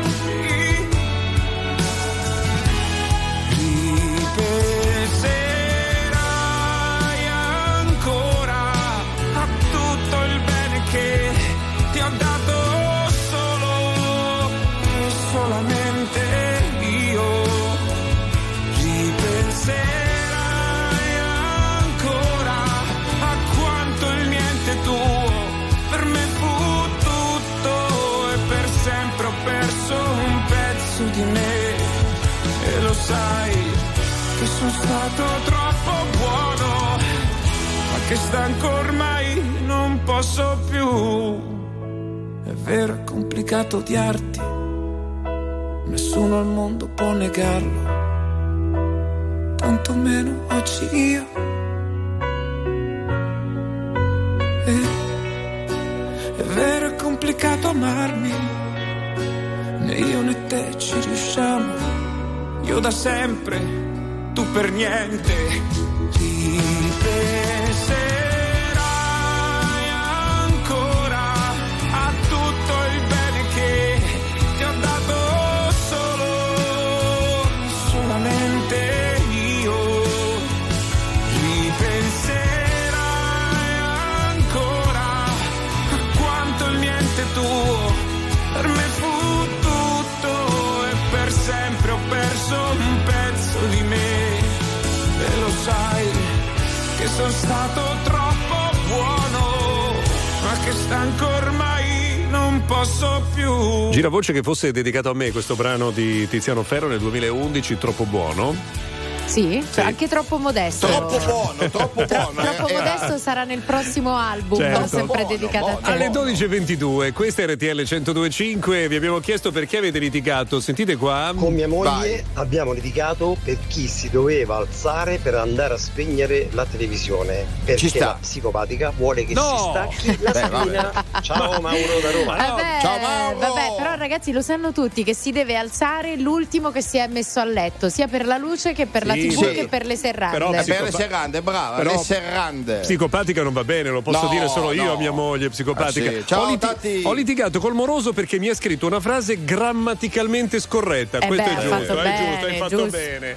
Ripenserai ancora a tutto il bene che ti ho dato solo e solamente io. Ripenserai ancora a quanto il niente tuo per me fu tutto e per sempre ho perso un pezzo di me. E lo sai che sono stato troppo buono, ma che stanco ormai non posso più. È vero, è complicato odiarti, nessuno al mondo può negarlo, tanto meno oggi io. È vero, è complicato amarmi, né io né te ci riusciamo. Io da sempre, tu per niente. Ripenserai ancora a tutto il bene che ti ho dato solo, solamente io. Ripenserai ancora a quanto il niente tuo per me fu tutto e per sempre ho perso un pezzo di me. E lo sai che sono stato troppo buono, ma che stanco ormai non posso più. Gira voce che fosse dedicato a me questo brano di Tiziano Ferro nel 2011, Troppo buono. Sì, cioè anche troppo modesto. Troppo buono. Troppo modesto sarà nel prossimo album, certo, sempre dedicato a te. Alle 12.22, questa è RTL 102.5. Vi abbiamo chiesto perché avete litigato. Sentite qua. Con mia moglie abbiamo litigato per chi si doveva alzare per andare a spegnere la televisione, perché la psicopatica vuole che si stacchi la spina. Ciao Mauro da Roma. Ciao Mauro. Vabbè, però ragazzi lo sanno tutti che si deve alzare l'ultimo che si è messo a letto, sia per la luce che per la TV che per le serrande. Però per le serrande, brava, però le serrande. Psicopatica non va bene, lo posso dire solo io a mia moglie psicopatica. Sì. Ciao, ho litigato col moroso perché mi ha scritto una frase grammaticalmente scorretta. Questo è giusto, hai fatto bene.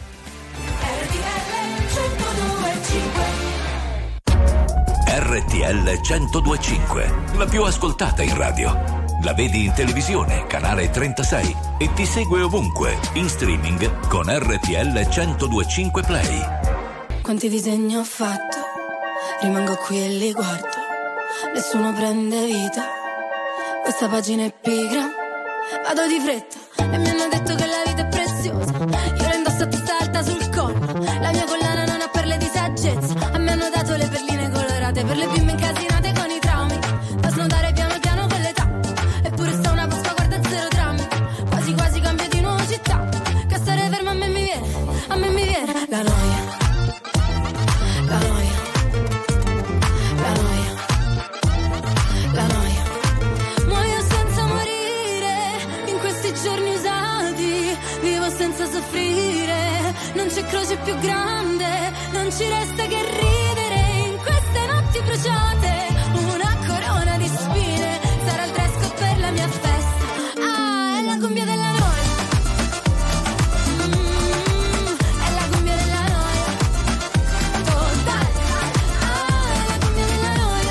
RTL 102.5, la più ascoltata in radio. La vedi in televisione, canale 36 e ti segue ovunque, in streaming con RTL 102.5 Play. Quanti disegni ho fatto, rimango qui e li guardo, nessuno prende vita, questa pagina è pigra, vado di fretta e mi hanno detto che la vita è preziosa, io la indosso a testa alta sul collo, la mia collana non ha perle di saggezza, a me hanno dato le perline colorate per le bimbe incasinate con i traumi, da snodare piano piano con l'età. Eppure sta una Pasqua, guarda zero drammi, quasi quasi cambio di nuovo città, che stare ferma a me mi viene la noia, la noia, la noia, la noia. Muoio senza morire, in questi giorni usati, vivo senza soffrire, non c'è croce più grande, non ci resta che ridere, in queste notti bruciate, una corona di spine, sarà il dress code per la mia festa, è la cumbia della noia. È la cumbia della noia. Totale. È la cumbia della noia.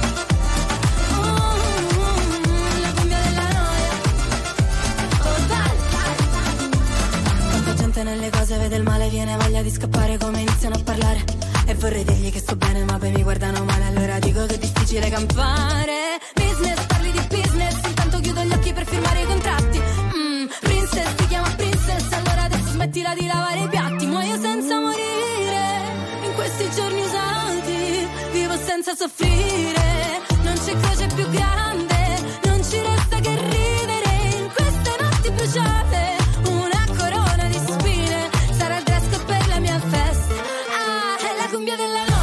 La cumbia della noia. Totale. Tanta gente nelle cose vede il male, viene voglia di scappare come iniziano a parlare. E vorrei dirgli che sto bene ma poi mi guardano male, allora dico che è difficile campare. Business per voglia di lavare i piatti, muoio senza morire. In questi giorni usati vivo senza soffrire. Non c'è croce più grande, non ci resta che ridere. In queste notti bruciate una corona di spine. Sarà il dress code per la mia festa. Ah, è la cumbia della noia.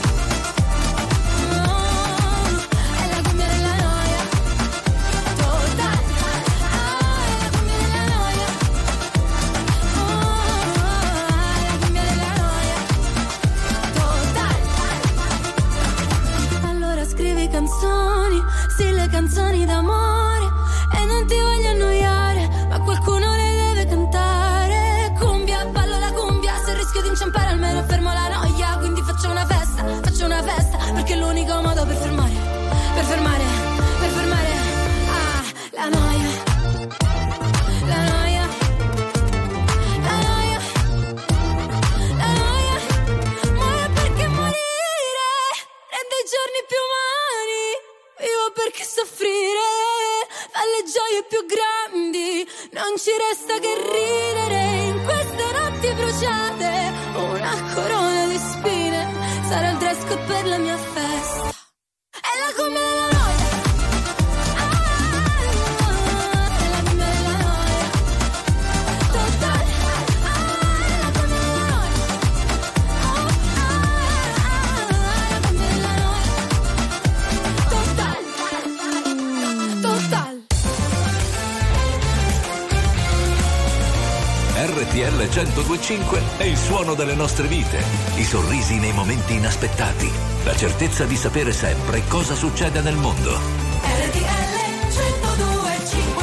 Canzoni, sì, le canzoni d'amore, e non ti voglio annoiare, ma qualcuno le deve cantare. Cumbia, ballo la cumbia, se rischio di inciampare almeno fermo la noia. Quindi faccio una festa, perché è l'unico modo per fermare, ah, la noia, la noia, la noia, la noia. Muore perché morire rende i giorni più umani. Vivo perché soffrire fa le gioie più grandi. Non ci resta che ridere in queste notti bruciate. Una corona di spine sarà il dress code per la mia festa. È la cumbia della noia. È la cumbia della noia. Totale. È la cumbia della noia. È la cumbia della noia. Total. RTL 102.5 è il suono delle nostre vite, i sorrisi nei momenti inaspettati, la certezza di sapere sempre cosa succede nel mondo. RTL 102.5.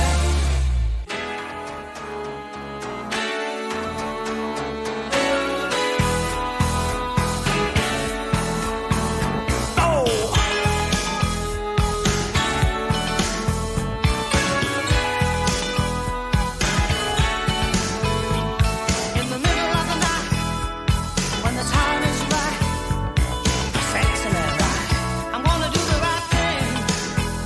Sexing it right. I'm gonna do the right thing.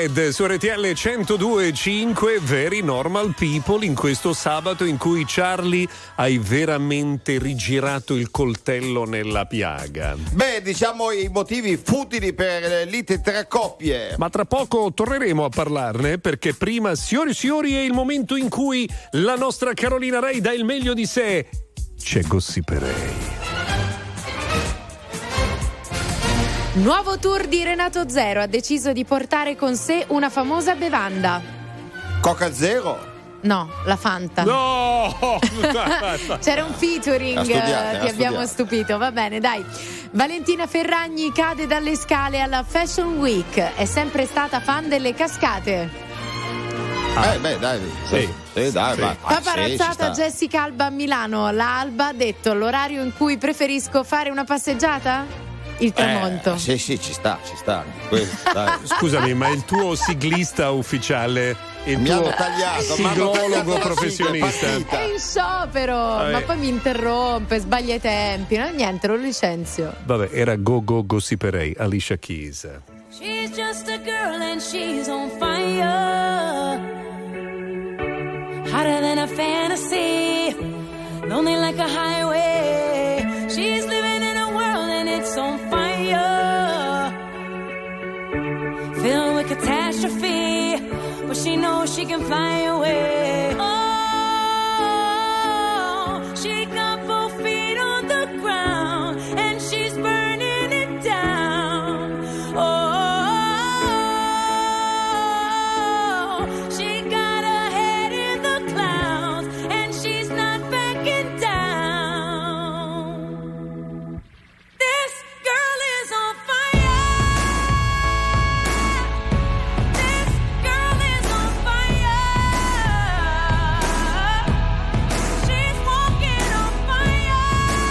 Red su RTL 102.5, Very Normal People, in questo sabato in cui Charlie hai veramente rigirato il coltello nella piaga. Beh, diciamo i motivi futili per lite tra coppie. Ma tra poco torneremo a parlarne, perché prima, signori e signori, è il momento in cui la nostra Carolina Rei dà il meglio di sé. C'è Gossiperei. Nuovo tour di Renato Zero, ha deciso di portare con sé una famosa bevanda. Coca Zero? No, la Fanta. No! C'era un featuring, ti abbiamo stupito, va bene, dai. Valentina Ferragni cade dalle scale alla Fashion Week, è sempre stata fan delle cascate. Dai. Paparazzata Jessica Alba a Milano, la Alba ha detto l'orario in cui preferisco fare una passeggiata? Il tramonto. Sì, ci sta. Scusami, ma il tuo siglista ufficiale, il tuo siglologo professionista è in sciopero, ma poi mi interrompe, sbaglia i tempi, no? Niente, lo licenzio. Vabbè, era Gossiperei, Alicia Keys. She's just a girl and she's on fire, hotter than a fantasy, lonely like a highway. She's living in a world and it's on fire, filled with catastrophe, but she knows she can fly away. Oh, she got both feet on the ground and she's burning it down. Oh, she got her head in the clouds and she's not backing down. This girl is on fire. This girl is on fire. She's walking on fire.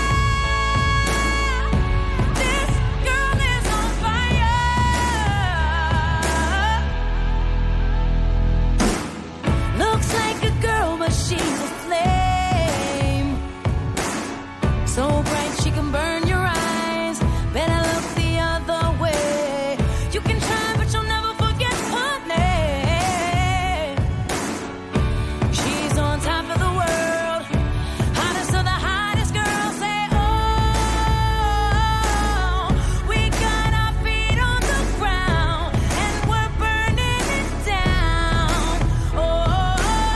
This girl is on fire. Looks like a girl, but she's a flame. So bright she can burn your eyes. Better look the other way. You can try, but you'll never forget her name. She's on top of the world, hottest of the hottest girls. Say, oh, we got our feet on the ground and we're burning it down. Oh,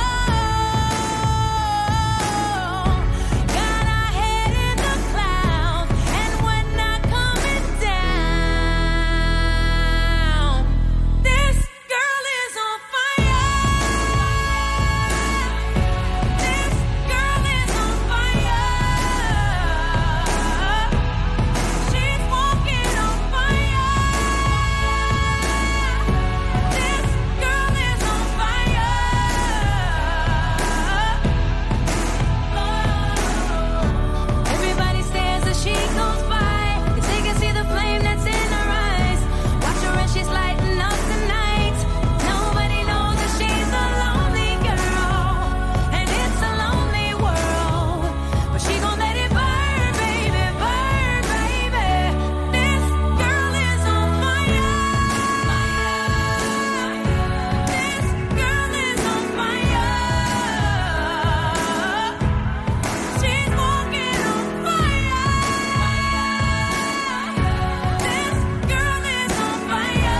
got our head in the clouds and we're not coming down. This girl is on fire. This girl is on fire. She's walking on fire. This girl is on fire. Everybody stares as she goes by, 'cause they can see the flame that's in her eyes. Watch her as she's lighting up the night. Nobody knows that she's a lonely girl, and it's a lonely world. But she gon' let it burn, baby, burn, baby. This girl is on fire. This girl is on fire. She's walking on fire. This girl is on fire.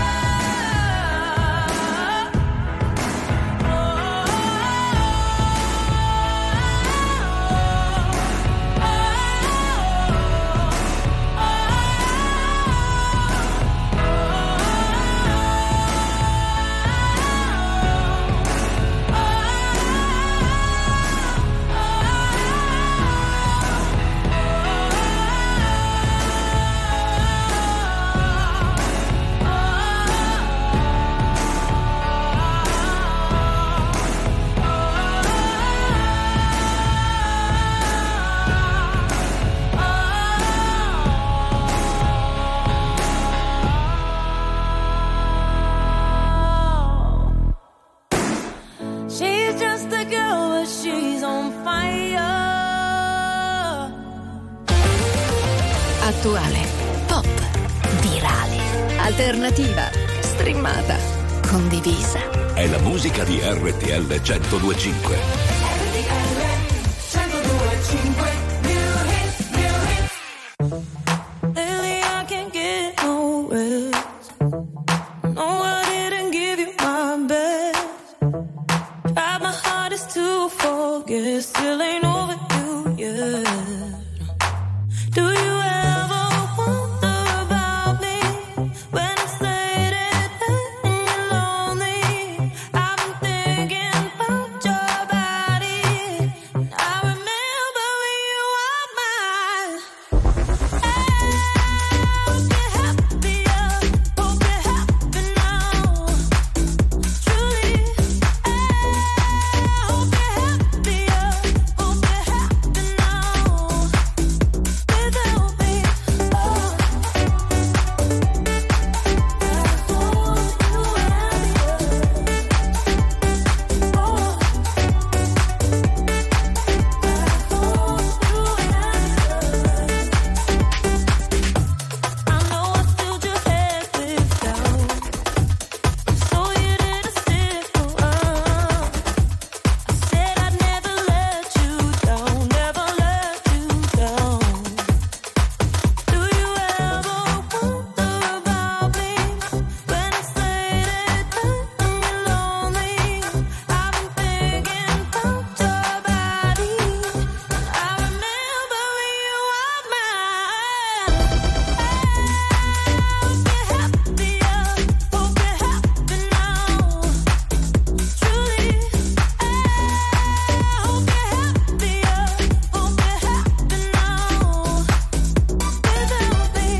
She's just a girl, but she's on fire. Attuale, pop, virale, alternativa, streamata, condivisa. È la musica di RTL 102.5. Lately I can't get no rest. No, I didn't give you my best. Tried my hardest to forget, still ain't over you yet. Do you ever wonder about me when it's late at night and you're lonely? I've been thinking about your body. I remember when you were mine. I hope you're happier, hope you're happy now. Truly, I hope you're happier, hope you're happy now. Without me, I know I filled your head with doubt, so you didn't stick around. I said I'd never let you down, never let you down. Do you ever wonder about me when it's late at night and you're lonely? I've been thinking about your body. I remember when you were mine. I hope you're happier, hope you're happy now. Truly, I hope you're happier, hope you're happy now. Without me,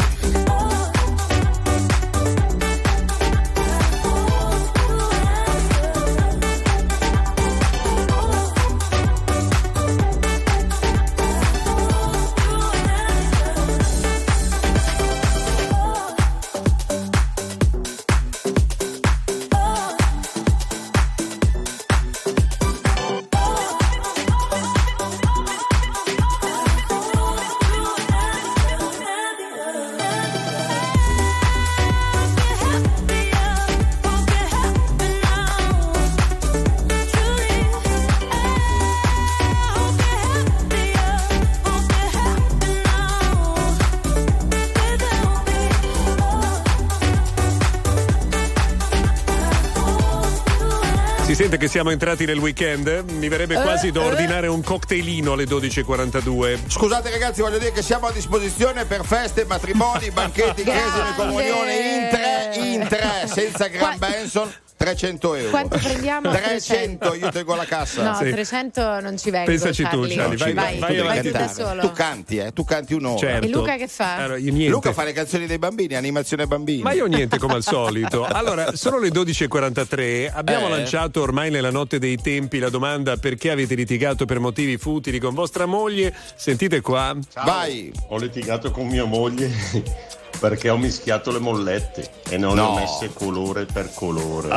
Si sente che siamo entrati nel weekend? Mi verrebbe quasi da ordinare un cocktailino alle 12.42. Scusate ragazzi, voglio dire che siamo a disposizione per feste, matrimoni, banchetti, cresime, comunione in tre, senza Graham Benson. 300 euro. Quanto prendiamo? 300, io tengo la cassa. No, sì. 300 non ci vengo. Pensaci Charlie. tu, Charlie, vai tu da solo. Tu canti un'ora. Certo. E Luca che fa? Allora, io niente. Luca fa le canzoni dei bambini, animazione bambini. Ma io niente come al solito. Allora, sono le 12.43. Abbiamo lanciato ormai nella notte dei tempi la domanda: perché avete litigato per motivi futili con vostra moglie? Sentite qua. Ciao. Vai. Ho litigato con mia moglie perché ho mischiato le mollette e non le ho messe colore per colore.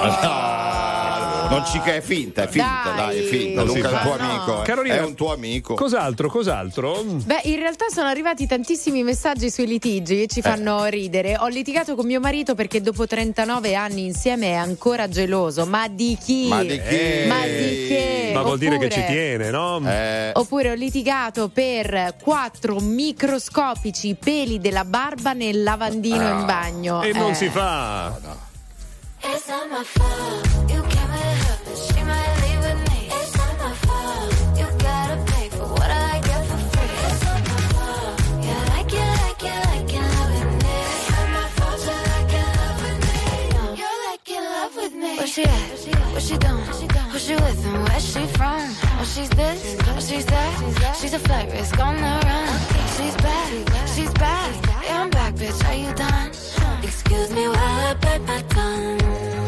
Non ci è finta, è finta. Luca è un tuo amico. Carolina, è un tuo amico. Cos'altro? Beh, in realtà sono arrivati tantissimi messaggi sui litigi e ci fanno ridere. Ho litigato con mio marito perché dopo 39 anni insieme è ancora geloso. Ma di chi? Ma di che? Ma vuol dire che ci tiene, no? Oppure ho litigato per 4 microscopici peli della barba nel lavandino in bagno. E non si fa. No. It's not my fault. You came with her, but she might leave with me. It's not my fault. You gotta pay for what I get for free. It's not my fault. You like it, love with me. It's not my fault. You like it, love with me. No, you like it, love with me. Where she at? What she doing? Who she with and where she from? Oh, she's this, oh, she's that. She's a flight risk on the run. She's back, yeah, I'm back, bitch, are you done? Excuse me while I bite my tongue.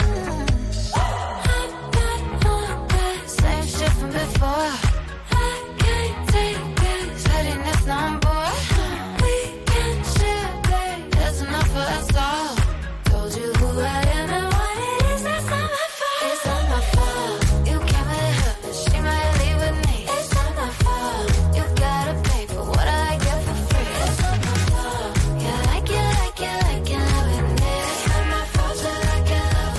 I'm not on that same shit from before. I can't take it, setting this number. We can share, babe, there's enough for us all. Told you who I am and what it is, that's not my fault. It's not my fault. You came with her, but she might leave with me. It's not my fault. You gotta pay for what I get for free. It's not my fault. You like it, love with me. It's not my fault. You like it, love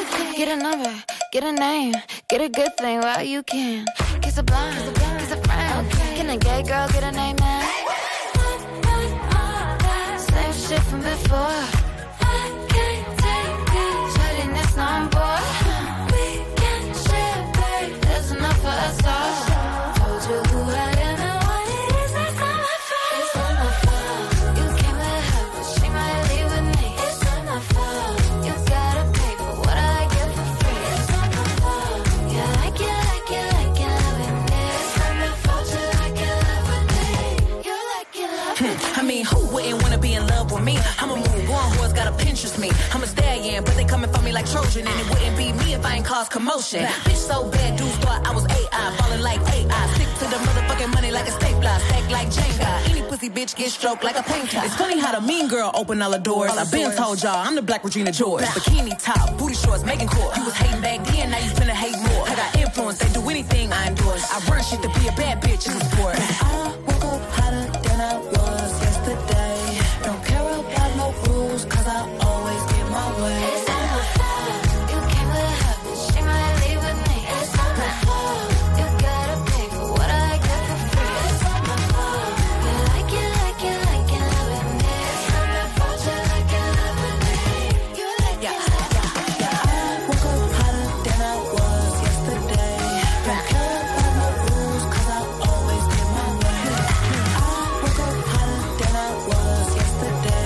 Get a number, get a name, get a good thing while you can. Kiss a blind, kiss a friend. Can a gay girl get a name now? Same shit from before. I can't take it. Shutting this number. We can share, babe. There's enough for us all. Told you who I am and what it is. It's not my fault. It's not my fault. You came with her, but she might leave with me. It's not my fault. You gotta pay for what I get for free. It's not my fault. You like it, like it, like it, love with me. It's not my fault. You like it, love with me. You like it, love with me. I mean, who wouldn't wanna be in love with me? I'm a move on, who's gotta Pinterest me. I'm a stallion, but they coming for me like Trojan, and it wouldn't be me if I ain't cause commotion. Bitch so bad, dudes thought I was AI, falling like AI. Stick to the motherfucking money like a stapler, stack like Jenga. Any pussy bitch get stroked like a painter. It's funny how the mean girl open all the doors. I been told y'all I'm the Black Regina George. Bikini top, booty shorts, making court. You was hating back then, now you finna hate more. I got influence, they do anything I endorse. I run shit to be a bad bitch in the sport. I woke up hotter than I was yesterday. Don't care about no rules, cause I always get my way. It's not my fault. You came with her, but she might leave with me. It's not my fault. You gotta pay for what I get for free. It's not my fault. You like it, like it, like it, love with me. It's not my fault. You like it, love with me. You like it, love with me. I woke up hotter than I was yesterday. Don't care about no rules, cause I always get my way. I woke up hotter than I was yesterday.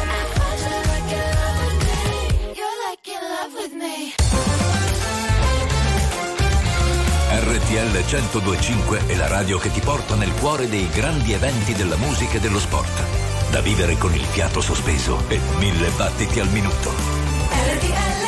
RTL 102.5 è la radio che ti porta nel cuore dei grandi eventi della musica e dello sport. Da vivere con il fiato sospeso e 1000 battiti al minuto. RTL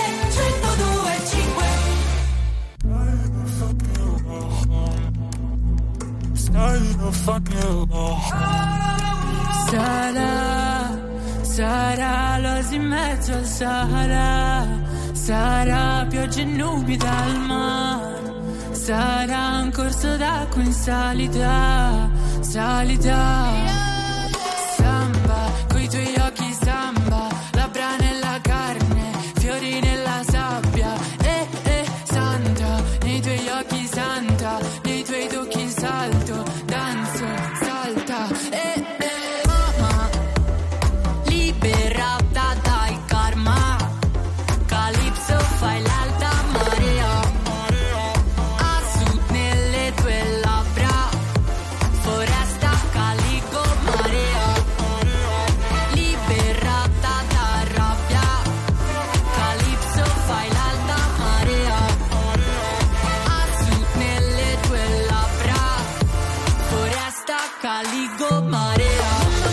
102.5 Sarà l'oasi in mezzo al Sahara, sarà pioggia e nubi dal mare, sarà un corso d'acqua in salita, salita. Samba, coi tuoi occhi samba, labbra nella carne, fiori nella sabbia. Santa, nei tuoi occhi santa, nei tuoi tocchi salto, danzo, salta. Mamma, liberata dal karma, Calypso fai l'alta marea, a sud nelle tue labbra, foresta calico marea, liberata da rabbia, Calypso fai l'alta marea, a sud nelle tue labbra, foresta calico marea.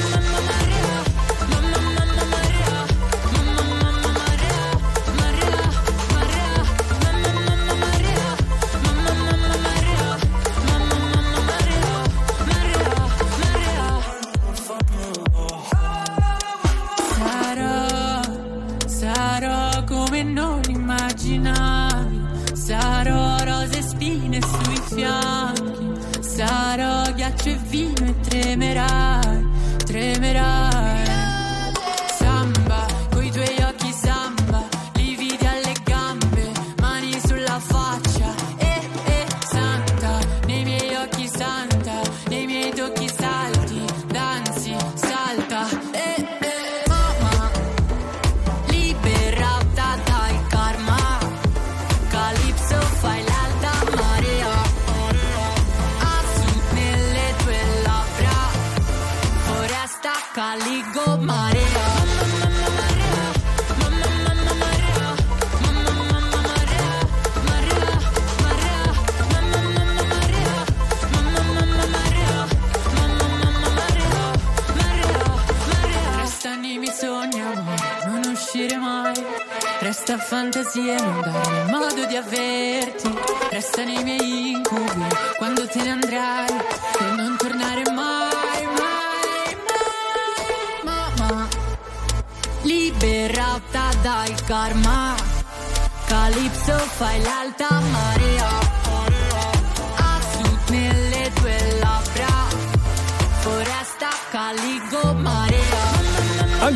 Sarò come non immaginavi, sarò rose e spine sui fianchi, sarò ghiaccio e vino e tremerai, tremerai. Samba, coi tuoi occhi samba, lividi alle gambe, mani sulla faccia, santa, nei miei occhi santa, nei miei tocchi salti, danzi, salta, mamma, liberata dal karma, Calypso fai l'alta marea, a sud nelle tue labbra, foresta calico marea. Restano i miei sogni, amore, non uscire mai. Resta fantasia, non darmi modo di averti. Restano i miei incubi quando te ne andrai e non tornare mai, mai, mai. Mamma, liberata dal karma, Calypso fai l'alta marea, a sud nelle tue labbra, foresta calico marea.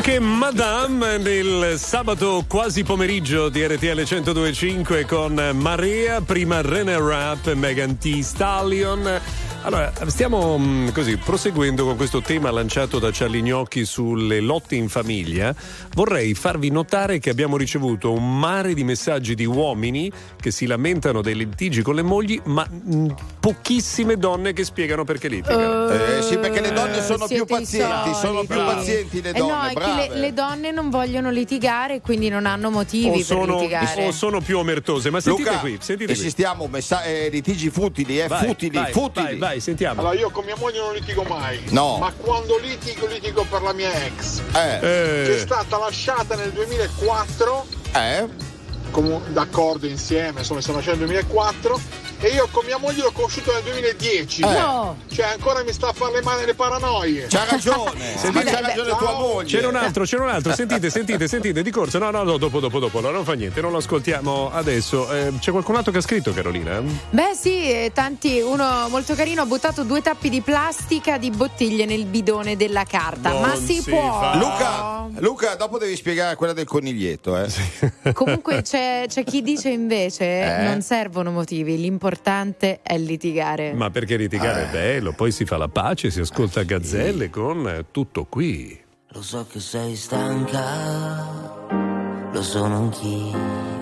Anche Madame nel sabato quasi pomeriggio di RTL 102.5 con Marea, prima René Rapp, Megan Thee Stallion. Allora, stiamo così proseguendo con questo tema lanciato da Charlie Gnocchi sulle lotte in famiglia. Vorrei farvi notare che abbiamo ricevuto un mare di messaggi di uomini che si lamentano dei litigi con le mogli, ma pochissime donne che spiegano perché litigano. Sì, perché le donne sono più pazienti, pazienti le donne. No, è che le donne non vogliono litigare, quindi non hanno motivi per litigare. O sono più omertose, ma sentite Luca, qui, sentite esistiamo litigi futili, futili. Vai, sentiamo. Allora, io con mia moglie non litigo mai. No. Ma quando litigo per la mia ex. Che è stata lasciata nel 2004. D'accordo insieme, insomma, siamo lasciati nel 2004. E io con mia moglie l'ho conosciuto nel 2010. No. Cioè, ancora mi sta a fare le paranoie. C'ha ragione. Sentite, c'ha ragione tua moglie. C'era un altro. Sentite, di corso. No, dopo. Allora, non fa niente, non lo ascoltiamo adesso. C'è qualcun altro che ha scritto, Carolina? Beh, sì, tanti. Uno molto carino ha buttato 2 tappi di plastica di bottiglie nel bidone della carta. Non ma si può? Luca, dopo devi spiegare quella del coniglietto, Comunque c'è chi dice invece non servono motivi, l'importante è litigare. Ma perché litigare è bello, poi si fa la pace, si ascolta Gazzelle con Tutto qui. Lo so che sei stanca, lo sono anch'io.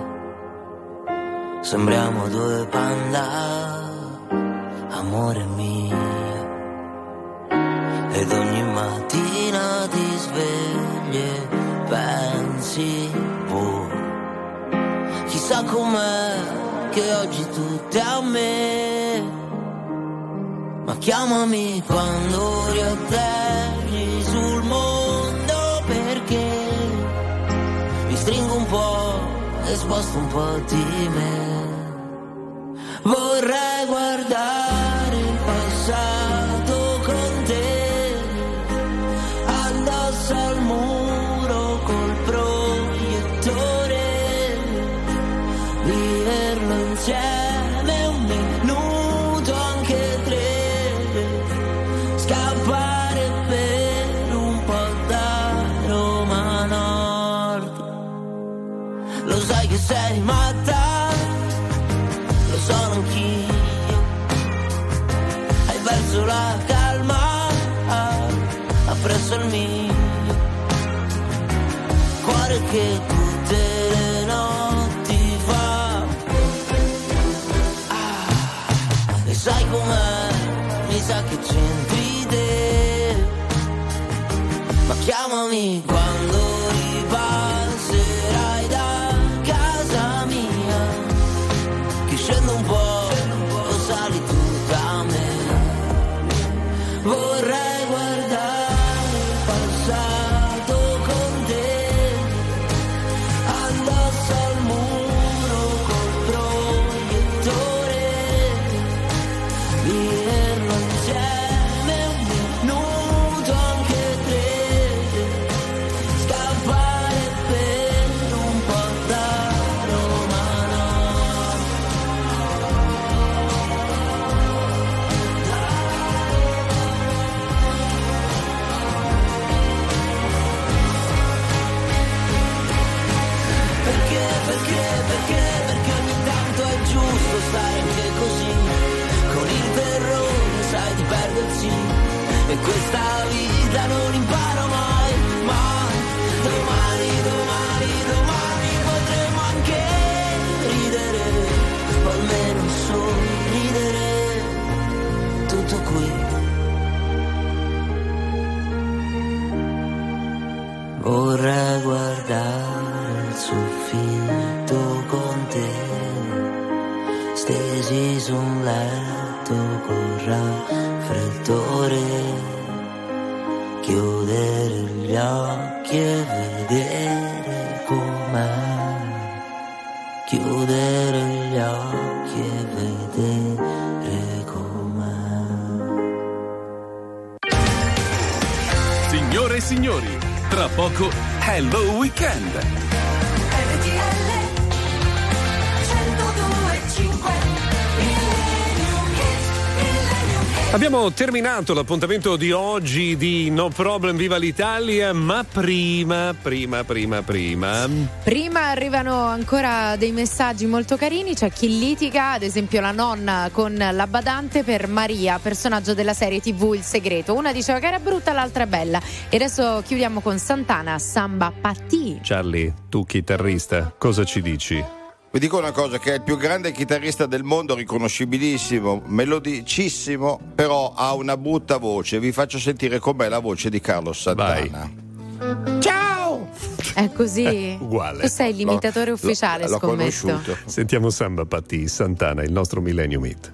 Sembriamo 2 panda, amore mio. Ed ogni mattina ti svegli e pensi, chissà com'è che oggi tutto è a me. Ma chiamami quando riatterri sul mondo, perché mi stringo un po' e sposto un po' di me. Vorrei guardare il passato con te, addosso al muro col proiettore, viverlo insieme un minuto, anche 3, scappare per un po' da Roma Nord. Lo sai che sei matta, lo sono anch'io. Hai perso la calma appresso il mio cuore che tutte le notti fa. E sai com'è, mi sa che c'entri te. Ma chiamami quando ripasserai da casa mia, che scendo un po' o sali tu da me. Vorrei guardare il passato con te, addosso al muro col proiettore, viverlo insieme un minuto, anche 3, scappare per un po' da Roma Nord. Perché ogni tanto è giusto stare anche così, con il terrore sai di perdersi, e questa vita non imparo mai, ma domani potremo anche ridere, o almeno sorridere, tutto qui. Vorrei guardare il soffitto con te, stesi su un letto con raffreddore, chiudere gli occhi e vedere com'è, chiudere gli occhi e vedere com'è. Signore e signori, tra poco Hello Weekend. Abbiamo terminato l'appuntamento di oggi di No Problem Viva l'Italia, ma prima arrivano ancora dei messaggi molto carini. C'è chi litiga, ad esempio la nonna con la badante per Maria, personaggio della serie TV Il Segreto. Una diceva che era brutta, l'altra è bella. E adesso chiudiamo con Santana, Samba Patti. Charlie, tu chitarrista, cosa ci dici? Vi dico una cosa, che è il più grande chitarrista del mondo, riconoscibilissimo, melodicissimo, però ha una brutta voce. Vi faccio sentire com'è la voce di Carlos Santana. Vai. Ciao! È così? Uguale. Tu sei l'imitatore ufficiale, l'ho scommetto. conosciuto. Sentiamo Samba Patti, Santana, il nostro Millennium Hit.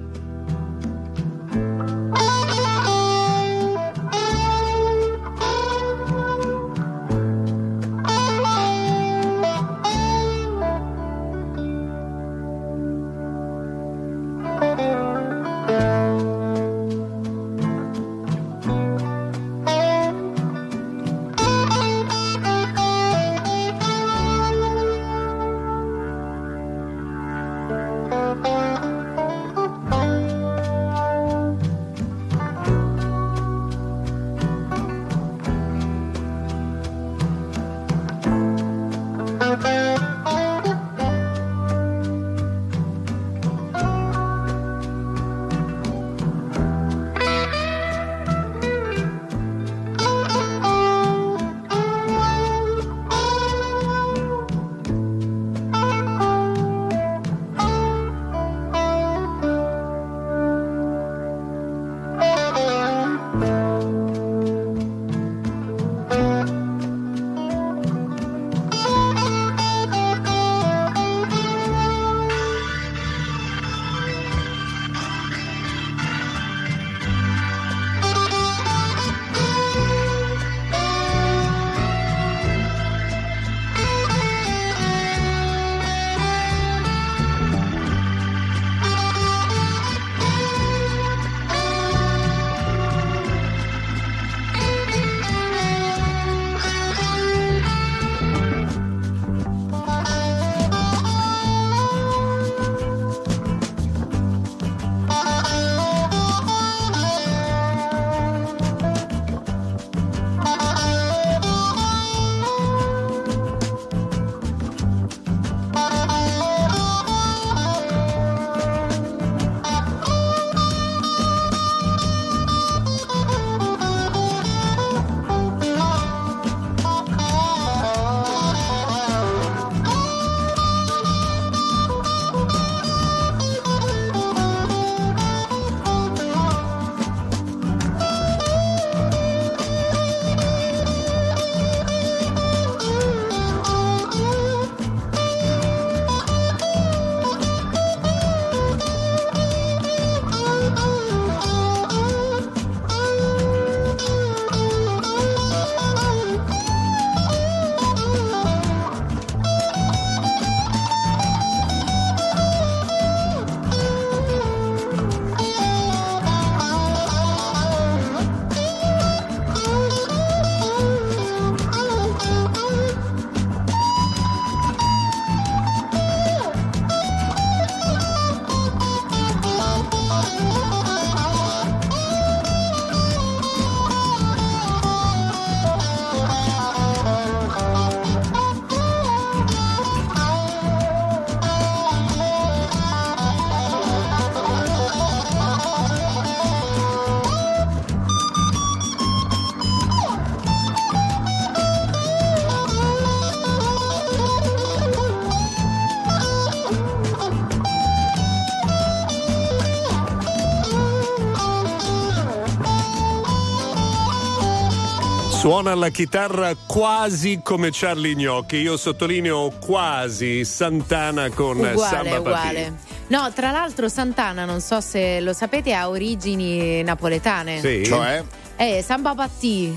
Suona la chitarra quasi come Charlie Gnocchi, io sottolineo quasi, Santana con Samba Patti. No, tra l'altro Santana, non so se lo sapete, ha origini napoletane. Sì. Cioè? Samba Patti.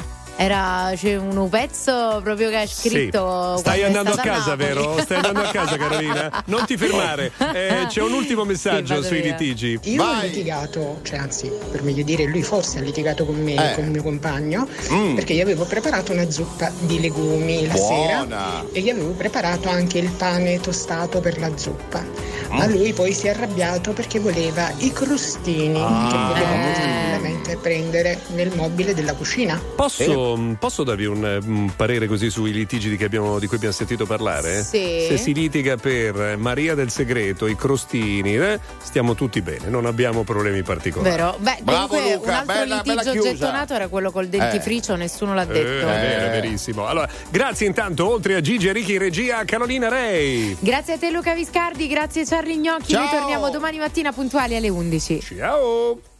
c'è un pezzo proprio che ha scritto. Sì. Stai andando a casa, vero? Stai andando a casa, Carolina? Non ti fermare. C'è un ultimo messaggio sui litigi. Io ho litigato, cioè anzi, per meglio dire, lui forse ha litigato con me, con il mio compagno, perché gli avevo preparato una zuppa di legumi la sera e gli avevo preparato anche il pane tostato per la zuppa. Ma lui poi si è arrabbiato perché voleva i crostini che potevamo tranquillamente prendere nel mobile della cucina. Posso darvi un parere così sui litigi di cui abbiamo sentito parlare? Sì. Se si litiga per Maria del Segreto, i crostini, stiamo tutti bene, non abbiamo problemi particolari. Vero? Beh, bravo comunque Luca, un altro litigio gettonato era quello col dentifricio, nessuno l'ha detto. È verissimo. Allora, grazie intanto, oltre a Gigi e Ricky in regia, a Carolina Rei. Grazie a te Luca Viscardi, grazie Charlie Gnocchi. Ciao. Noi torniamo domani mattina puntuali alle 11. Ciao.